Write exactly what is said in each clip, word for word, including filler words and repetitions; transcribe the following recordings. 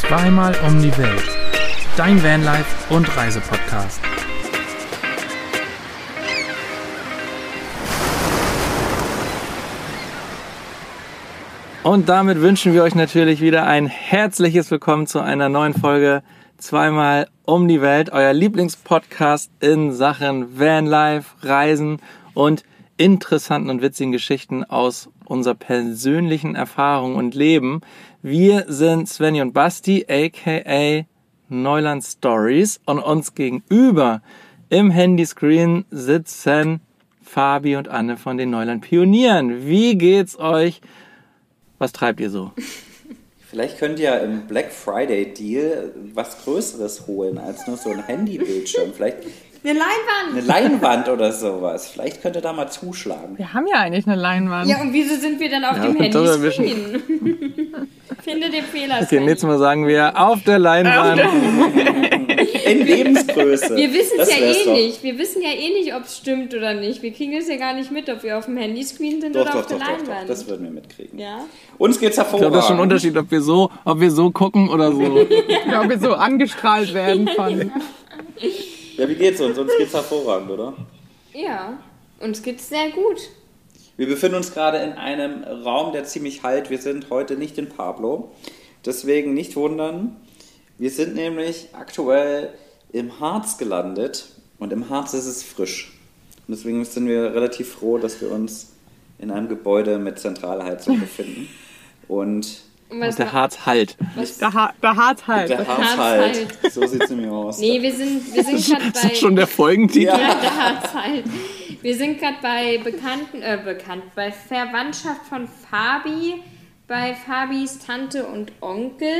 Zweimal um die Welt. Dein Vanlife- und Reisepodcast. Und damit wünschen wir euch natürlich wieder ein herzliches Willkommen zu einer neuen Folge Zweimal um die Welt, euer Lieblingspodcast in Sachen Vanlife, Reisen und interessanten und witzigen Geschichten aus unserer persönlichen Erfahrung und Leben. Wir sind Svenny und Basti, aka Neuland Stories, und uns gegenüber im Handyscreen sitzen Fabi und Anne von den Neuland Pionieren. Wie geht's euch? Was treibt ihr so? Vielleicht könnt ihr im Black Friday Deal was Größeres holen als nur so ein Handybildschirm. Vielleicht eine Leinwand. Eine Leinwand oder sowas. Vielleicht könnt ihr da mal zuschlagen. Wir haben ja eigentlich eine Leinwand. Ja, und wieso sind wir dann auf Ja, dem Handyscreen? Finde den Fehler. Okay, nächstes Mal sagen wir auf der Leinwand. In Lebensgröße. Wir wissen es Das ja wär's eh doch. nicht. Wir wissen ja eh nicht, ob es stimmt oder nicht. Wir kriegen es ja gar nicht mit, ob wir auf dem Handyscreen sind Doch, oder doch, auf der doch, doch, doch. Leinwand. Das würden wir mitkriegen. Ja. Uns geht's Ich hervorragend. glaube, das ist schon ein Unterschied, ob wir so, ob wir so gucken oder so. Ich glaube, wir so angestrahlt werden von... Ja, wie geht's uns? Uns geht's hervorragend, oder? Ja, uns geht's sehr gut. Wir befinden uns gerade in einem Raum, der ziemlich halt. Wir sind heute nicht in Pablo. Deswegen nicht wundern. Wir sind nämlich aktuell im Harz gelandet. Und im Harz ist es frisch. Und deswegen sind wir relativ froh, dass wir uns in einem Gebäude mit Zentralheizung befinden. Und Und was Und der Harz halt. was, Der, ha der Harz halt. der Harz Harz halt. halt. So sieht's nämlich aus. Nee, wir sind, wir sind gerade Das bei... ist schon der Folgentitel. Ja. Ja, der Harz halt. Wir sind gerade bei Bekannten, äh, bekannt, bei Verwandtschaft von Fabi, bei Fabis Tante und Onkel.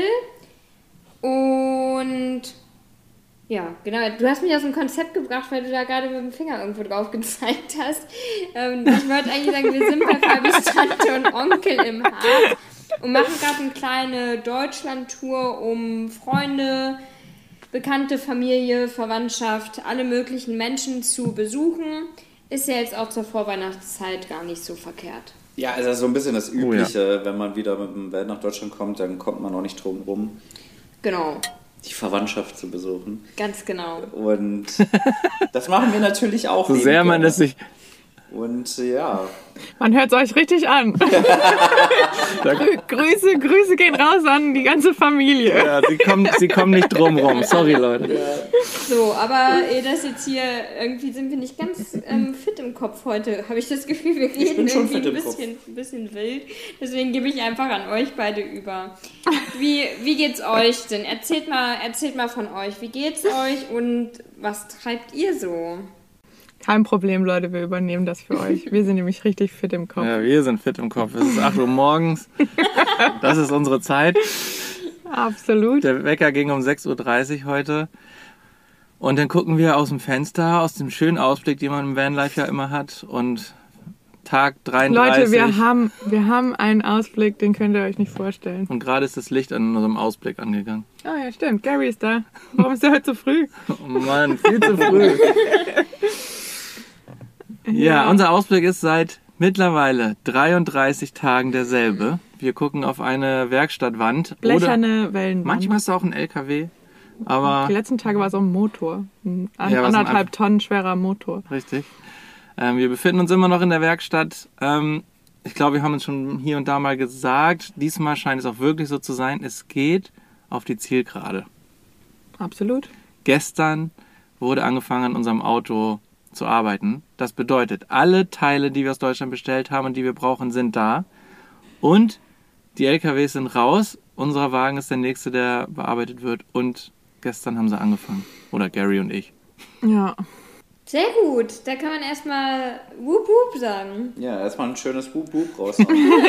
Und ja, genau. Du hast mich aus dem Konzept gebracht, weil du da gerade mit dem Finger irgendwo drauf gezeigt hast. Ähm, ich wollte eigentlich sagen, wir sind bei Fabis Tante und Onkel im Harz und machen gerade eine kleine Deutschland-Tour, um Freunde, bekannte Familie, Verwandtschaft, alle möglichen Menschen zu besuchen. Ist ja jetzt auch zur Vorweihnachtszeit gar nicht so verkehrt. Ja, also so ein bisschen das Oh, Übliche, wenn man wieder mit dem Van nach Deutschland kommt, dann kommt man auch nicht drum rum, Genau, die Verwandtschaft zu besuchen. ganz genau. Und das machen wir natürlich auch. So liebend sehr man gerne. es sich... Und äh, ja, Man hört es euch richtig an. Grü Grüße, Grüße gehen raus an die ganze Familie. Ja, sie kommen, sie kommen nicht drum rum. Sorry, Leute. So, aber eh, das jetzt hier, irgendwie sind wir nicht ganz ähm, fit im Kopf heute, habe ich das Gefühl, wir reden bin schon irgendwie fit ein im Kopf. bisschen, ein bisschen wild. Deswegen gebe ich einfach an euch beide über. Wie, wie geht's euch denn? Erzählt mal, erzählt mal von euch. Wie geht's euch und was treibt ihr so? Kein Problem, Leute, wir übernehmen das für euch. Wir sind nämlich richtig fit im Kopf. Ja, wir sind fit im Kopf. Es ist acht Uhr morgens. Das ist unsere Zeit. Absolut. Der Wecker ging um sechs Uhr dreißig heute. Und dann gucken wir aus dem Fenster, aus dem schönen Ausblick, den man im Vanlife ja immer hat. Und Tag dreiunddreißig. Leute, wir haben, wir haben einen Ausblick, den könnt ihr euch nicht vorstellen. Und gerade ist das Licht an unserem Ausblick angegangen. Oh ja, stimmt. Gary ist da. Warum ist er heute so früh? Oh Mann, viel zu früh. Ja, unser Ausblick ist seit mittlerweile dreiunddreißig Tagen derselbe. Wir gucken auf eine Werkstattwand. Blecherne Wellenwand. Manchmal ist es auch ein L K W, aber Die letzten Tage war es auch ein Motor. Ein an- Ja, was ein anderthalb Ab- Tonnen schwerer Motor. richtig. Ähm, wir befinden uns immer noch in der Werkstatt. Ähm, ich glaube, wir haben uns schon hier und da mal gesagt, diesmal scheint es auch wirklich so zu sein, es geht auf die Zielgerade. Absolut. Gestern wurde angefangen, an unserem Auto zu arbeiten. Das bedeutet, alle Teile, die wir aus Deutschland bestellt haben und die wir brauchen, sind da. Und die L K Ws sind raus. Unser Wagen ist der nächste, der bearbeitet wird. Und gestern haben sie angefangen. Oder Gary und ich. Ja. Sehr gut, da kann man erstmal Wup Wup sagen. ja, erstmal ein schönes Bub-Bub raus.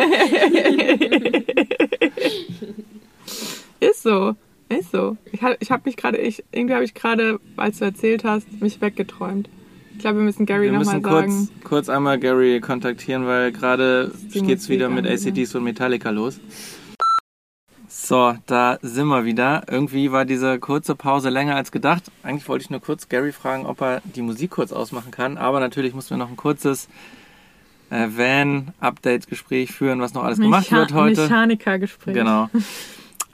Ist so. Ist so. Ich, ha- ich habe mich gerade, ich, irgendwie habe ich gerade, als du erzählt hast, mich weggeträumt. Ich glaube, wir müssen Gary Wir nochmal müssen kurz, sagen. kurz einmal Gary kontaktieren, weil gerade die geht's Musik wieder mit an, A C D C und Metallica los. So, da sind wir wieder. Irgendwie war diese kurze Pause länger als gedacht. Eigentlich wollte ich nur kurz Gary fragen, ob er die Musik kurz ausmachen kann. Aber natürlich mussten wir noch ein kurzes äh, Van-Update-Gespräch führen, was noch alles gemacht Mecha- wird heute. Mechanikergespräch. Genau.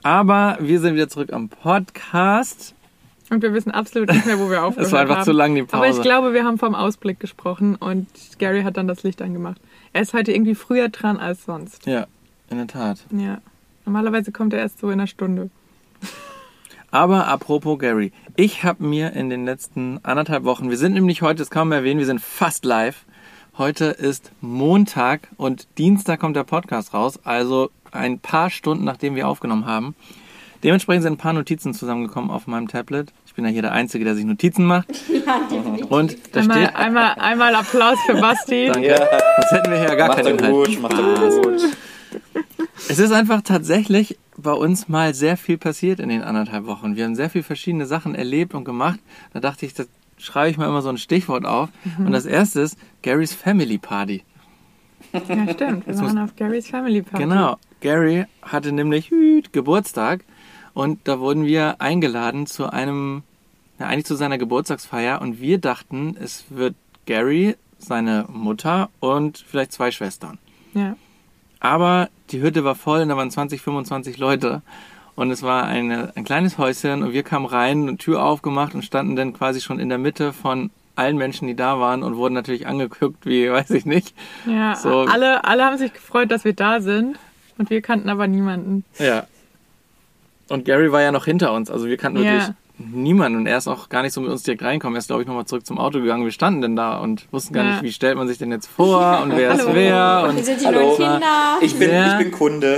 Aber wir sind wieder zurück am Podcast. Und wir wissen absolut nicht mehr, wo wir aufgehört haben. Es war einfach haben. zu lang, die Pause. Aber ich glaube, wir haben vom Ausblick gesprochen und Gary hat dann das Licht angemacht. Er ist heute irgendwie früher dran als sonst. Ja, in der Tat. Ja. Normalerweise kommt er erst so in einer Stunde. Aber apropos Gary, ich habe mir in den letzten anderthalb Wochen, wir sind nämlich heute, das kann man erwähnen, wir sind fast live. Heute ist Montag und Dienstag kommt der Podcast raus, also ein paar Stunden, nachdem wir aufgenommen haben. Dementsprechend sind ein paar Notizen zusammengekommen auf meinem Tablet. Ich bin ja hier der Einzige, der sich Notizen macht. Ja, definitiv. Und da Einmal, steht... einmal, einmal Applaus für Basti. Danke. Ja. Sonst hätten wir hier ja gar Macht keinen er Inhalt. gut, macht er gut. Es ist einfach tatsächlich bei uns mal sehr viel passiert in den anderthalb Wochen. Wir haben sehr viele verschiedene Sachen erlebt und gemacht. Da dachte ich, da schreibe ich mal immer so ein Stichwort auf. Mhm. Und das erste ist Garys Family Party. Ja, stimmt. Wir waren auf Garys Family Party. Genau. Gary hatte nämlich hüt, Geburtstag und da wurden wir eingeladen zu einem, ja, eigentlich zu seiner Geburtstagsfeier und wir dachten, es wird Gary, seine Mutter und vielleicht zwei Schwestern. Ja. Aber die Hütte war voll und da waren zwanzig, fünfundzwanzig Leute und es war eine, ein kleines Häuschen und wir kamen rein, eine Tür aufgemacht und standen dann quasi schon in der Mitte von allen Menschen, die da waren und wurden natürlich angeguckt, wie, weiß ich nicht. Ja, so. alle, alle haben sich gefreut, dass wir da sind und wir kannten aber niemanden. Ja. Und Gary war ja noch hinter uns, also wir kannten wirklich Ja. niemanden und er ist auch gar nicht so mit uns direkt reingekommen. Er ist, glaube ich, nochmal zurück zum Auto gegangen. Wir standen denn da und wussten gar Ja. nicht, wie stellt man sich denn jetzt vor und wer ist Hallo. wer. Und Wir sind die Hallo. neuen Kinder. Ich bin, Ja. ich bin Kunde.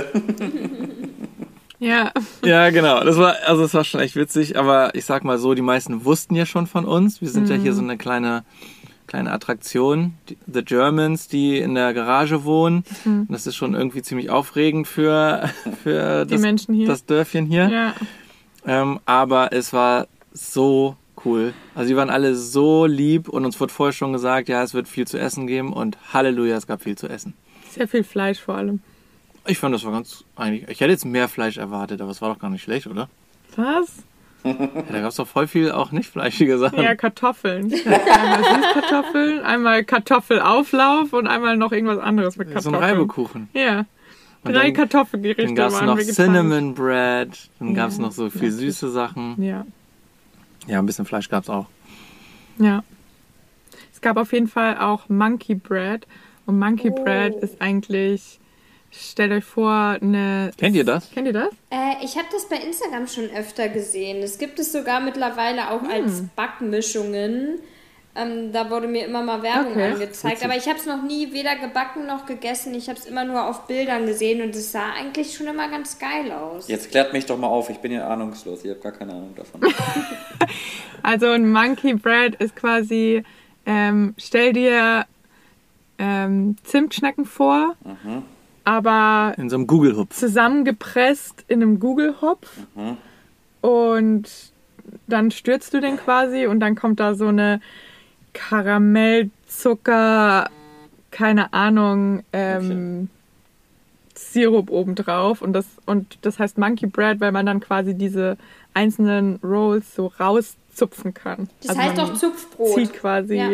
Ja, ja, genau. Das war, also es war schon echt witzig, aber ich sag mal so, die meisten wussten ja schon von uns. Wir sind Mhm. ja hier so eine kleine, kleine Attraktion. Die, The Germans, die in der Garage wohnen. Mhm. Und das ist schon irgendwie ziemlich aufregend für, für die das, Menschen hier. das Dörfchen hier. Ja. Ähm, aber es war so cool. Also die waren alle so lieb und uns wurde vorher schon gesagt, ja, es wird viel zu essen geben und Halleluja, es gab viel zu essen. Sehr viel Fleisch vor allem. Ich fand, das war ganz eigentlich. Ich hätte jetzt mehr Fleisch erwartet, aber es war doch gar nicht schlecht, oder? Was? Ja, da gab es doch voll viel auch nicht fleischige Sachen. Ja, Kartoffeln. Einmal Süßkartoffeln, einmal Kartoffelauflauf und einmal noch irgendwas anderes mit so Kartoffeln. ein Reibekuchen. Ja. Und Drei dann- Kartoffelgerichte Dann gab es waren noch vegetarisch. Cinnamon Bread, dann gab es Ja, noch so viel süße Sachen. Ja. Ja, ein bisschen Fleisch gab es auch. Ja. Es gab auf jeden Fall auch Monkey Bread. Und Monkey Oh. Bread ist eigentlich, stellt euch vor, eine... Kennt ihr das? Kennt ihr das? Äh, ich habe das bei Instagram schon öfter gesehen. Es gibt es sogar mittlerweile auch als Backmischungen. Ähm, da wurde mir immer mal Werbung Okay. angezeigt. Aber ich habe es noch nie weder gebacken noch gegessen. Ich habe es immer nur auf Bildern gesehen und es sah eigentlich schon immer ganz geil aus. Jetzt klärt mich doch mal auf, ich bin ja ahnungslos. Ich habe gar keine Ahnung davon. Also ein Monkey Bread ist quasi, ähm, stell dir ähm, Zimtschnecken vor, aber In so einem Google-Hupf. zusammengepresst in einem Gugelhopf und dann stürzt du den quasi und dann kommt da so eine Karamellzucker, keine Ahnung, ähm, Sirup obendrauf und das, und das heißt Monkey Bread, weil man dann quasi diese einzelnen Rolls so rauszupfen kann. Das Also heißt man doch Zupfbrot. zieht quasi... Ja.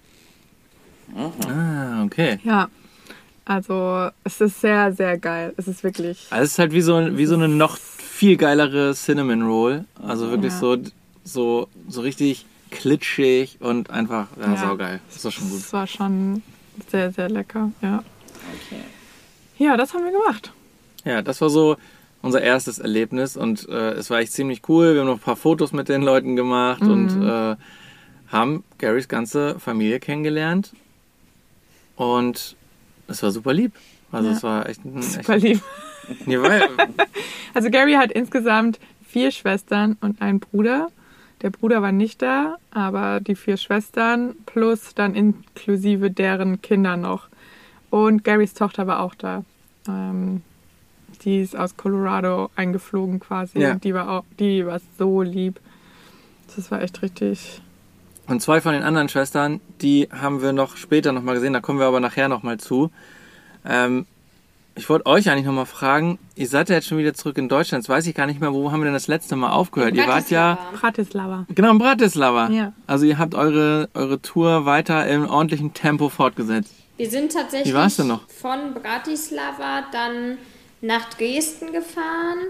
Ah, okay. Ja, also es ist sehr, sehr geil. Es ist wirklich... Also es ist halt wie so, wie so eine noch viel geilere Cinnamon Roll. Also wirklich Ja. so, so, so richtig klitschig und einfach, ja, Ja. saugeil. Das war schon gut. Es war schon sehr, sehr lecker, ja. Okay. Ja, das haben wir gemacht. Ja, das war so unser erstes Erlebnis und äh, es war echt ziemlich cool. Wir haben noch ein paar Fotos mit den Leuten gemacht und äh, haben Garys ganze Familie kennengelernt und es war super lieb. Also Ja. es war echt ein... Super Echt, lieb. nee, weil, Also Gary hat insgesamt vier Schwestern und einen Bruder. Der Bruder war nicht da, aber die vier Schwestern plus dann inklusive deren Kinder noch. Und Garys Tochter war auch da. Ähm, die ist aus Colorado eingeflogen quasi. Ja. Und die war auch, die war so lieb. Das war echt richtig. Und zwei von den anderen Schwestern, die haben wir noch später nochmal gesehen, da kommen wir aber nachher nochmal zu. Ähm, ich wollte euch eigentlich nochmal fragen, ihr seid ja jetzt schon wieder zurück in Deutschland, jetzt weiß ich gar nicht mehr, wo haben wir denn das letzte Mal aufgehört? Ihr wart ja, Bratislava. genau, in Bratislava. Ja. Also ihr habt eure, eure Tour weiter im ordentlichen Tempo fortgesetzt. Wir sind tatsächlich Wie war's denn noch? von Bratislava dann nach Dresden gefahren.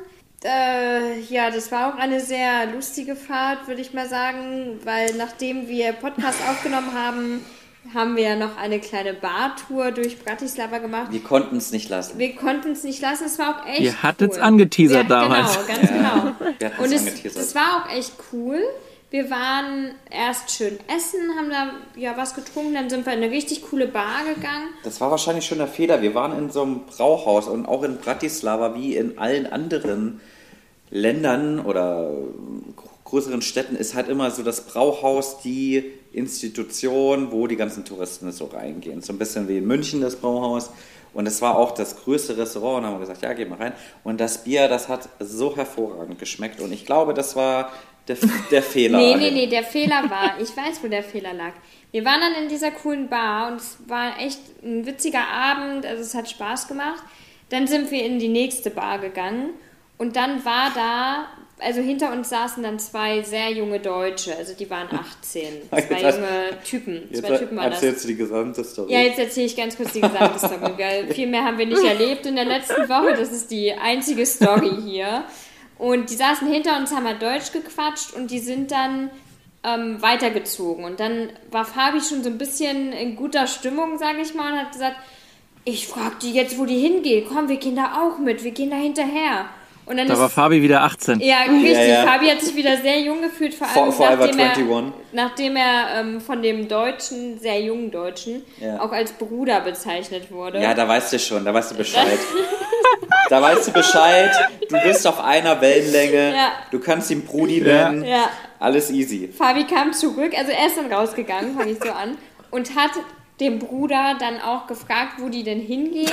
Äh, ja, das war auch eine sehr lustige Fahrt, würde ich mal sagen, weil nachdem wir Podcast aufgenommen haben, haben wir ja noch eine kleine Bartour durch Bratislava gemacht. Wir konnten es nicht lassen. Wir konnten es nicht lassen, es war auch echt Ihr hattet es cool. angeteasert ja, damals. Genau, ganz Ja, genau. wir hatten Und es es, angeteasert. das war auch echt cool. Wir waren erst schön essen, haben da ja was getrunken, dann sind wir in eine richtig coole Bar gegangen. Das war wahrscheinlich schon der Fehler. Wir waren in so einem Brauhaus und auch in Bratislava wie in allen anderen Ländern oder größeren Städten ist halt immer so das Brauhaus die Institution, wo die ganzen Touristen so reingehen. So ein bisschen wie in München das Brauhaus. Und es war auch das größte Restaurant. Und haben wir gesagt, ja, geh mal rein. Und das Bier, das hat so hervorragend geschmeckt. Und ich glaube, das war der, der Fehler. Nee, nee, nee, der Fehler war, ich weiß, wo der Fehler lag. Wir waren dann in dieser coolen Bar und es war echt ein witziger Abend, also es hat Spaß gemacht. Dann sind wir in die nächste Bar gegangen und dann war da, also hinter uns saßen dann zwei sehr junge Deutsche, also die waren achtzehn, zwei Jetzt junge Typen, Jetzt zwei Typen waren das. erzählst du die gesamte Story. Ja, jetzt erzähle ich ganz kurz die gesamte Story, weil viel mehr haben wir nicht erlebt in der letzten Woche, das ist die einzige Story hier. Und die saßen hinter uns, haben halt Deutsch gequatscht und die sind dann ähm, weitergezogen. Und dann war Fabi schon so ein bisschen in guter Stimmung, sage ich mal, und hat gesagt, ich frage die jetzt, wo die hingehen. Komm, wir gehen da auch mit, wir gehen da hinterher. Und dann Da ist, war Fabi wieder achtzehn. ja, richtig. Ja, ja. Fabi hat sich wieder sehr jung gefühlt, vor allem For- Forever nachdem er, einundzwanzig. nachdem er ähm, von dem Deutschen, sehr jungen Deutschen, Ja. auch als Bruder bezeichnet wurde. Ja, da weißt du schon, da weißt du Bescheid. Da weißt du Bescheid, du bist auf einer Wellenlänge, Ja. du kannst ihn Brudi nennen, Ja. alles easy. Fabi kam zurück, also er ist dann rausgegangen, fange ich so an, und hat den Bruder dann auch gefragt, wo die denn hingehen,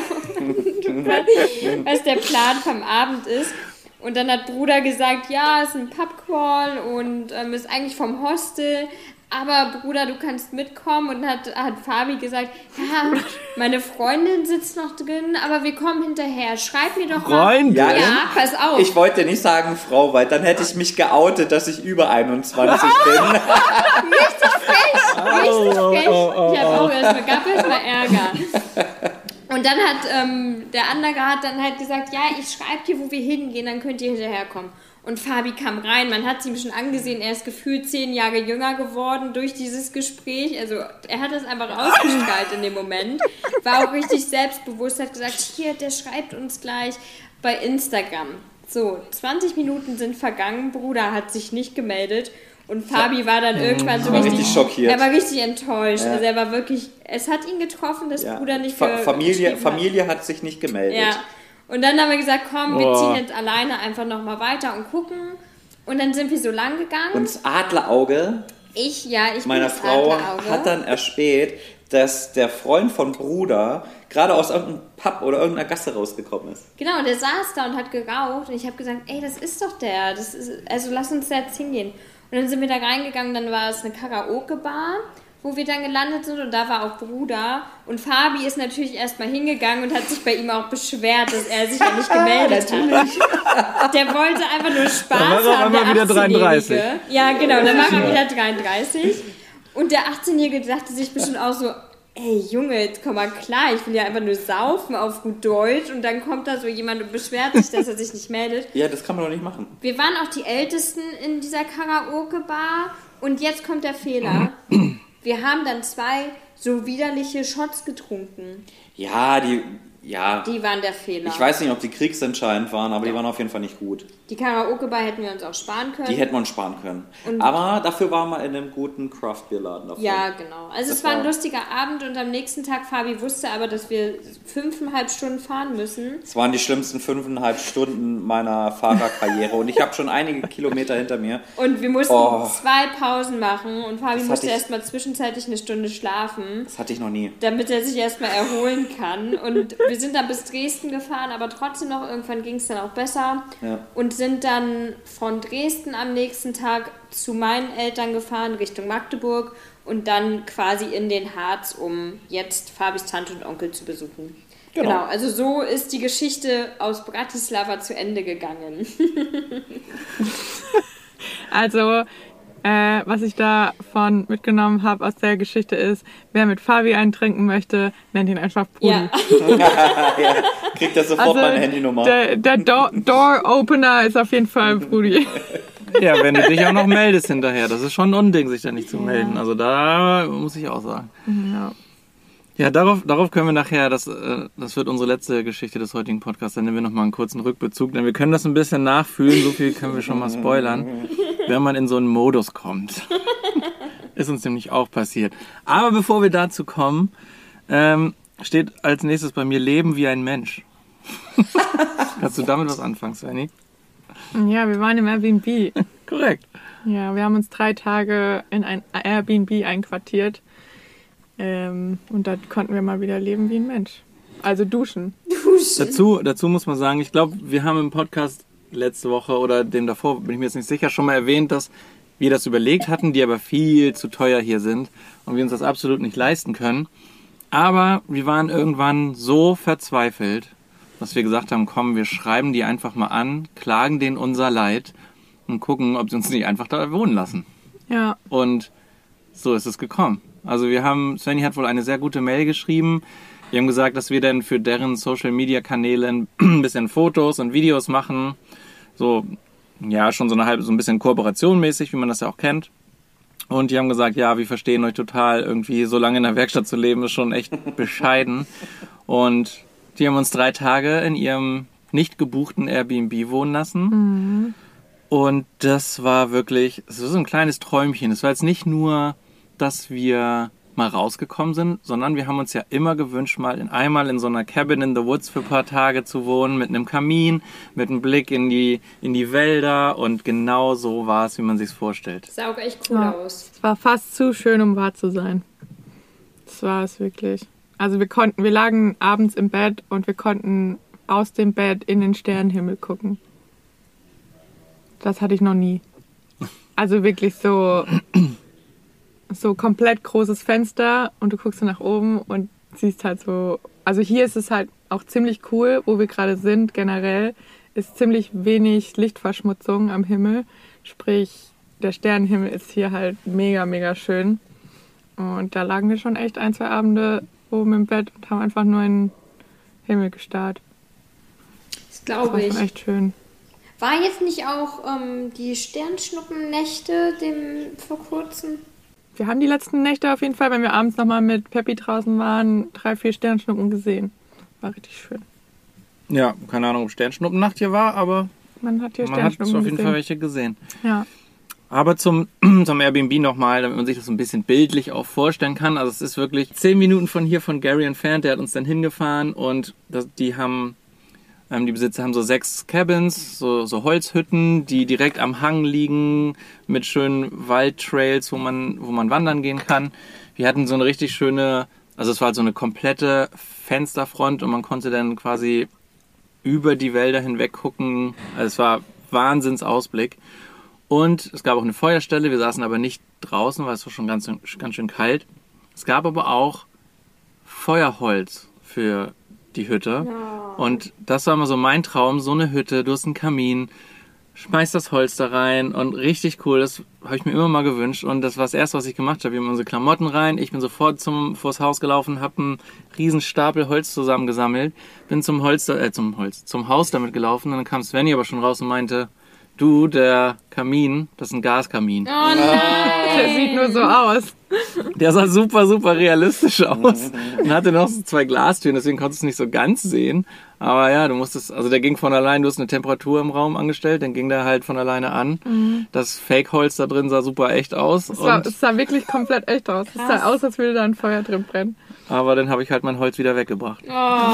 was der Plan vom Abend ist. Und dann hat Bruder gesagt, ja, ist ein Pubcrawl und ähm, ist eigentlich vom Hostel, aber Bruder, du kannst mitkommen. Und hat, hat Fabi gesagt, ja, meine Freundin sitzt noch drin, aber wir kommen hinterher, schreib mir doch mal. Freundin? Ja, Ja, pass auf. Ich wollte nicht sagen Frau, weil dann hätte ich mich geoutet, dass ich über einundzwanzig bin. Richtig frech. Ich habe auch erstmal, gab erstmal Ärger. Und dann hat ähm, der andere hat dann halt gesagt, ja, ich schreibe dir, wo wir hingehen, dann könnt ihr hinterherkommen. Und Fabi kam rein, man hat es ihm schon angesehen, er ist gefühlt zehn Jahre jünger geworden durch dieses Gespräch. Also er hat das einfach ausgestrahlt in dem Moment. War auch richtig selbstbewusst, hat gesagt, hier, der schreibt uns gleich bei Instagram. So, zwanzig Minuten sind vergangen, Bruder hat sich nicht gemeldet. Und Fabi war dann irgendwann so war richtig, richtig schockiert. Er war richtig enttäuscht. Ja. Also er war wirklich, es hat ihn getroffen, dass Ja. Bruder nicht Fa- ge- Familie, geschrieben Familie hat sich nicht gemeldet. Ja. Und dann haben wir gesagt, komm, wir Boah. ziehen jetzt alleine einfach nochmal weiter und gucken. Und dann sind wir so lang gegangen. Und das Adlerauge ich, ja, ich meiner bin das Frau Adlerauge. hat dann erspäht, dass der Freund von Bruder gerade aus irgendeinem Pub oder irgendeiner Gasse rausgekommen ist. Genau, und der saß da und hat geraucht. Und ich habe gesagt, ey, das ist doch der. Das ist, also lass uns da jetzt hingehen. Und dann sind wir da reingegangen, dann war es eine Karaoke-Bar, wo wir dann gelandet sind und da war auch Bruder. Und Fabi ist natürlich erstmal hingegangen und hat sich bei ihm auch beschwert, dass er sich ja nicht gemeldet hat. Der wollte einfach nur Spaß Dann war er auf haben, der einmal wieder dreiunddreißig. achtzehnjährige. Ja, genau, dann war er wieder dreiunddreißig. Und der achtzehnjährige dachte sich bestimmt auch so, ey Junge, jetzt komm mal klar, ich will ja einfach nur saufen auf gut Deutsch. Und dann kommt da so jemand und beschwert sich, dass er sich nicht meldet. Ja, das kann man doch nicht machen. Wir waren auch die Ältesten in dieser Karaoke-Bar und jetzt kommt der Fehler. Wir haben dann zwei so widerliche Shots getrunken. Ja, die, ja, Die waren der Fehler. ich weiß nicht, ob die kriegsentscheidend waren, aber die waren auf jeden Fall nicht gut. Die Karaoke-Bar hätten wir uns auch sparen können. Die hätten wir uns sparen können. Und- Aber dafür waren wir in einem guten Craft-Bier-Laden davor. Ja, genau. Also Das es war ein war- lustiger Abend und am nächsten Tag, Fabi wusste aber, dass wir fünfeinhalb Stunden fahren müssen. Es waren die schlimmsten fünfeinhalb Stunden meiner Fahrerkarriere und ich habe schon einige Kilometer hinter mir. Und wir mussten Oh. zwei Pausen machen und Fabi Das musste hatte ich- erstmal zwischenzeitlich eine Stunde schlafen, Das hatte ich noch nie. damit er sich erstmal erholen kann. Und wir sind dann bis Dresden gefahren, aber trotzdem noch, irgendwann ging es dann auch besser. Ja. Und sind dann von Dresden am nächsten Tag zu meinen Eltern gefahren, Richtung Magdeburg und dann quasi in den Harz, um jetzt Fabis Tante und Onkel zu besuchen. Genau. Genau, also so ist die Geschichte aus Bratislava zu Ende gegangen. Also, Äh, was ich davon mitgenommen habe aus der Geschichte ist, wer mit Fabi einen trinken möchte, nennt ihn einfach Brudi. Ja. ja, kriegt er sofort Also, meine Handynummer. Der, der Do- Door-Opener ist auf jeden Fall Brudi. Ja, wenn du dich auch noch meldest hinterher. Das ist schon ein Unding, sich da nicht zu melden. Also da muss ich auch sagen. Ja. Ja, darauf, darauf können wir nachher, das, äh, das wird unsere letzte Geschichte des heutigen Podcasts, dann nehmen wir nochmal einen kurzen Rückbezug, denn wir können das ein bisschen nachfühlen, so viel können wir schon mal spoilern, wenn man in so einen Modus kommt. Ist uns nämlich auch passiert. Aber bevor wir dazu kommen, ähm, steht als nächstes bei mir Leben wie ein Mensch. Kannst du damit was anfangen, Svenny? Ja, wir waren im Airbnb. Korrekt. Ja, wir haben uns drei Tage in ein Airbnb einquartiert. Ähm, und da konnten wir mal wieder leben wie ein Mensch. Also duschen. Duschen. Dazu, dazu muss man sagen, ich glaube, wir haben im Podcast letzte Woche oder dem davor, bin ich mir jetzt nicht sicher, schon mal erwähnt, dass wir das überlegt hatten, die aber viel zu teuer hier sind und wir uns das absolut nicht leisten können. Aber wir waren irgendwann so verzweifelt, dass wir gesagt haben, komm, wir schreiben die einfach mal an, klagen denen unser Leid und gucken, ob sie uns nicht einfach da wohnen lassen. Ja. Und so ist es gekommen. Also wir haben, Svenny hat wohl eine sehr gute Mail geschrieben. Wir haben gesagt, dass wir dann für deren Social-Media-Kanäle ein bisschen Fotos und Videos machen. So, ja, schon so eine halbe, so ein bisschen kooperationmäßig, wie man das ja auch kennt. Und die haben gesagt, ja, wir verstehen euch total. Irgendwie so lange in der Werkstatt zu leben, ist schon echt bescheiden. Und die haben uns drei Tage in ihrem nicht gebuchten Airbnb wohnen lassen. Mhm. Und das war wirklich, es war so ein kleines Träumchen. Es war jetzt nicht nur, dass wir mal rausgekommen sind, sondern wir haben uns ja immer gewünscht, mal in einmal in so einer Cabin in the Woods für ein paar Tage zu wohnen, mit einem Kamin, mit einem Blick in die, in die Wälder und genau so war es, wie man sich es vorstellt. Sah auch echt cool Ja. aus. Es war fast zu schön, um wahr zu sein. Das war es wirklich. Also wir konnten, wir lagen abends im Bett und wir konnten aus dem Bett in den Sternenhimmel gucken. Das hatte ich noch nie. Also wirklich so, so komplett großes Fenster und du guckst so nach oben und siehst halt so, also hier ist es halt auch ziemlich cool, wo wir gerade sind generell, ist ziemlich wenig Lichtverschmutzung am Himmel, sprich der Sternenhimmel ist hier halt mega, mega schön und da lagen wir schon echt ein, zwei Abende oben im Bett und haben einfach nur in den Himmel gestarrt. Das Das glaube war ich. schon echt schön. War jetzt nicht auch ähm, die Sternschnuppennächte dem vor kurzem? Wir haben die letzten Nächte auf jeden Fall, wenn wir abends nochmal mit Peppi draußen waren, drei, vier Sternschnuppen gesehen. War richtig schön. Ja, keine Ahnung, ob Sternschnuppennacht hier war, aber Man hat hier man hat Sternschnuppen auf jeden gesehen. Fall welche gesehen. Ja. Aber zum, zum Airbnb nochmal, damit man sich das so ein bisschen bildlich auch vorstellen kann. Also es ist wirklich zehn Minuten von hier von Gary entfernt. Der hat uns dann hingefahren und das, die haben, ähm, die Besitzer haben so sechs Cabins, so, so Holzhütten, die direkt am Hang liegen mit schönen Waldtrails, wo man, wo man wandern gehen kann. Wir hatten so eine richtig schöne, also es war halt so eine komplette Fensterfront und man konnte dann quasi über die Wälder hinweg gucken. Also es war Wahnsinnsausblick. Und es gab auch eine Feuerstelle, wir saßen aber nicht draußen, weil es war schon ganz, ganz schön kalt. Es gab aber auch Feuerholz für die Hütte. Ja. Und das war immer so mein Traum, so eine Hütte, du hast einen Kamin, schmeißt das Holz da rein und richtig cool, das habe ich mir immer mal gewünscht. Und das war das Erste, was ich gemacht habe. Wir haben unsere Klamotten rein, ich bin sofort zum, vors Haus gelaufen, habe einen riesen Stapel Holz zusammengesammelt, bin zum Holz, äh, zum Holz, zum Haus damit gelaufen und dann kam Svenny aber schon raus und meinte, du, der Kamin, das ist ein Gaskamin. Oh nein! Der sieht nur so aus. Der sah super, super realistisch aus und hatte noch so zwei Glastüren, deswegen konntest du es nicht so ganz sehen. Aber ja, du musstest, also der ging von allein, du hast eine Temperatur im Raum angestellt, dann ging der halt von alleine an. Mhm. Das Fake-Holz da drin sah super echt aus. Es sah, und, es sah wirklich komplett echt aus. Es sah aus, als würde da ein Feuer drin brennen. aber dann habe ich halt mein Holz wieder weggebracht.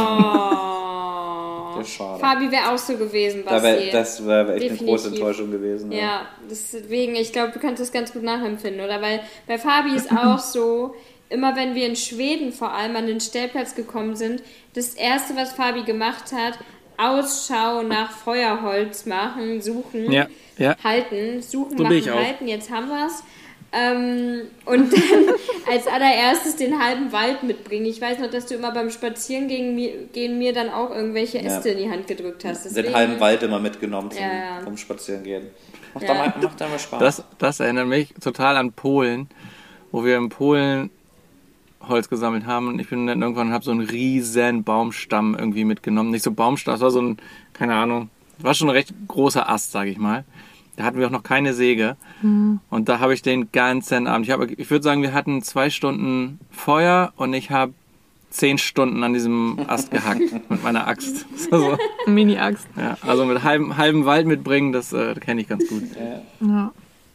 Oh. Das ist schade. Fabi wäre auch so gewesen, Da Basti. wär, das wäre echt Definitiv. eine große Enttäuschung gewesen. Ja, deswegen, ich glaube, du kannst das ganz gut nachempfinden, oder? Weil bei Fabi ist auch so, immer wenn wir in Schweden vor allem an den Stellplatz gekommen sind, das Erste, was Fabi gemacht hat, Ausschau nach Feuerholz machen, suchen, Ja, ja. halten, suchen, So bin ich machen, auch. halten, jetzt haben wir's. Ähm, und dann als allererstes den halben Wald mitbringen. Ich weiß noch, dass du immer beim Spazierengehen mir, gehen mir dann auch irgendwelche Äste Ja. in die Hand gedrückt hast. Deswegen, Den halben Wald immer mitgenommen zum, Ja, ja. vom Spazierengehen. Macht, Ja. da mal, macht da mal Spaß. Das, das erinnert mich total an Polen, wo wir in Polen Holz gesammelt haben und ich bin dann irgendwann und habe so einen riesen Baumstamm irgendwie mitgenommen. Nicht so Baumstamm, das war so ein, keine Ahnung, war schon ein recht großer Ast, sage ich mal. Da hatten wir auch noch keine Säge. Mhm. Und da habe ich den ganzen Abend, ich, habe, ich würde sagen, wir hatten zwei Stunden Feuer und ich habe zehn Stunden an diesem Ast gehackt mit meiner Axt. So. Mini-Axt. Ja, also mit halbem, halbem Wald mitbringen, das äh, kenne ich ganz gut. Ja. Ja.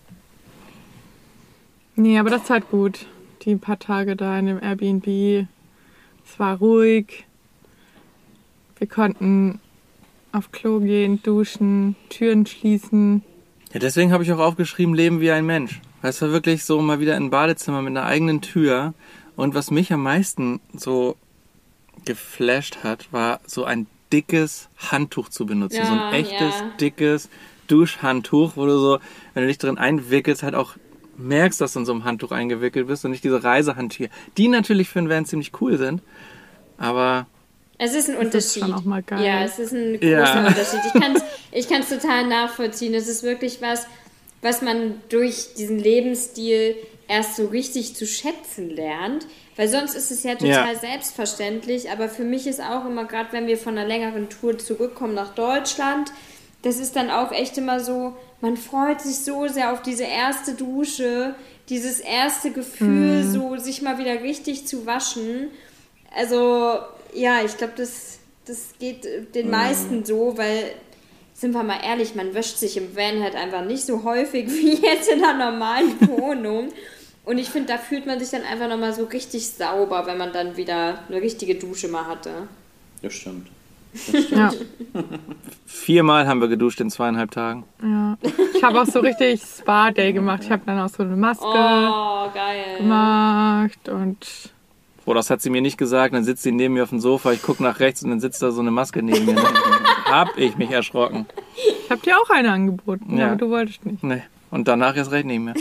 Nee, aber das ist halt gut. Die paar Tage da in dem Airbnb. Es war ruhig. Wir konnten auf Klo gehen, duschen, Türen schließen. Ja, deswegen habe ich auch aufgeschrieben, leben wie ein Mensch. Weil es war wirklich so mal wieder ein Badezimmer mit einer eigenen Tür. Und was mich am meisten so geflasht hat, war so ein dickes Handtuch zu benutzen. Ja, so ein echtes, ja. dickes Duschhandtuch, wo du so, wenn du dich drin einwickelst, halt auch merkst, dass du in so einem Handtuch eingewickelt bist und nicht diese Reisehandtücher, die natürlich für einen Van ziemlich cool sind, aber... Es ist ein Das Unterschied. ist schon auch mal geil. Ja, es ist ein großer Ja. Unterschied. Ich kann es ich kann's total nachvollziehen. Es ist wirklich was, was man durch diesen Lebensstil erst so richtig zu schätzen lernt. Weil sonst ist es ja total Ja. selbstverständlich. Aber für mich ist auch immer, gerade wenn wir von einer längeren Tour zurückkommen nach Deutschland, das ist dann auch echt immer so, man freut sich so sehr auf diese erste Dusche, dieses erste Gefühl, Mhm. so sich mal wieder richtig zu waschen. Also, ja, ich glaube, das, das geht den meisten so, weil, sind wir mal ehrlich, man wäscht sich im Van halt einfach nicht so häufig wie jetzt in einer normalen Wohnung. Und ich finde, da fühlt man sich dann einfach nochmal so richtig sauber, wenn man dann wieder eine richtige Dusche mal hatte. Das stimmt. Ja, Viermal haben wir geduscht in zweieinhalb Tagen. ja. Ich habe auch so richtig Spa-Day gemacht. Ich habe dann auch so eine Maske Oh, geil. gemacht und Boah, das hat sie mir nicht gesagt. Dann sitzt sie neben mir auf dem Sofa, ich gucke nach rechts und dann sitzt da so eine Maske neben mir. Dann hab ich mich erschrocken. ich habe dir auch eine angeboten, Ja. aber du wolltest nicht. Nee. Und danach erst recht nicht mehr.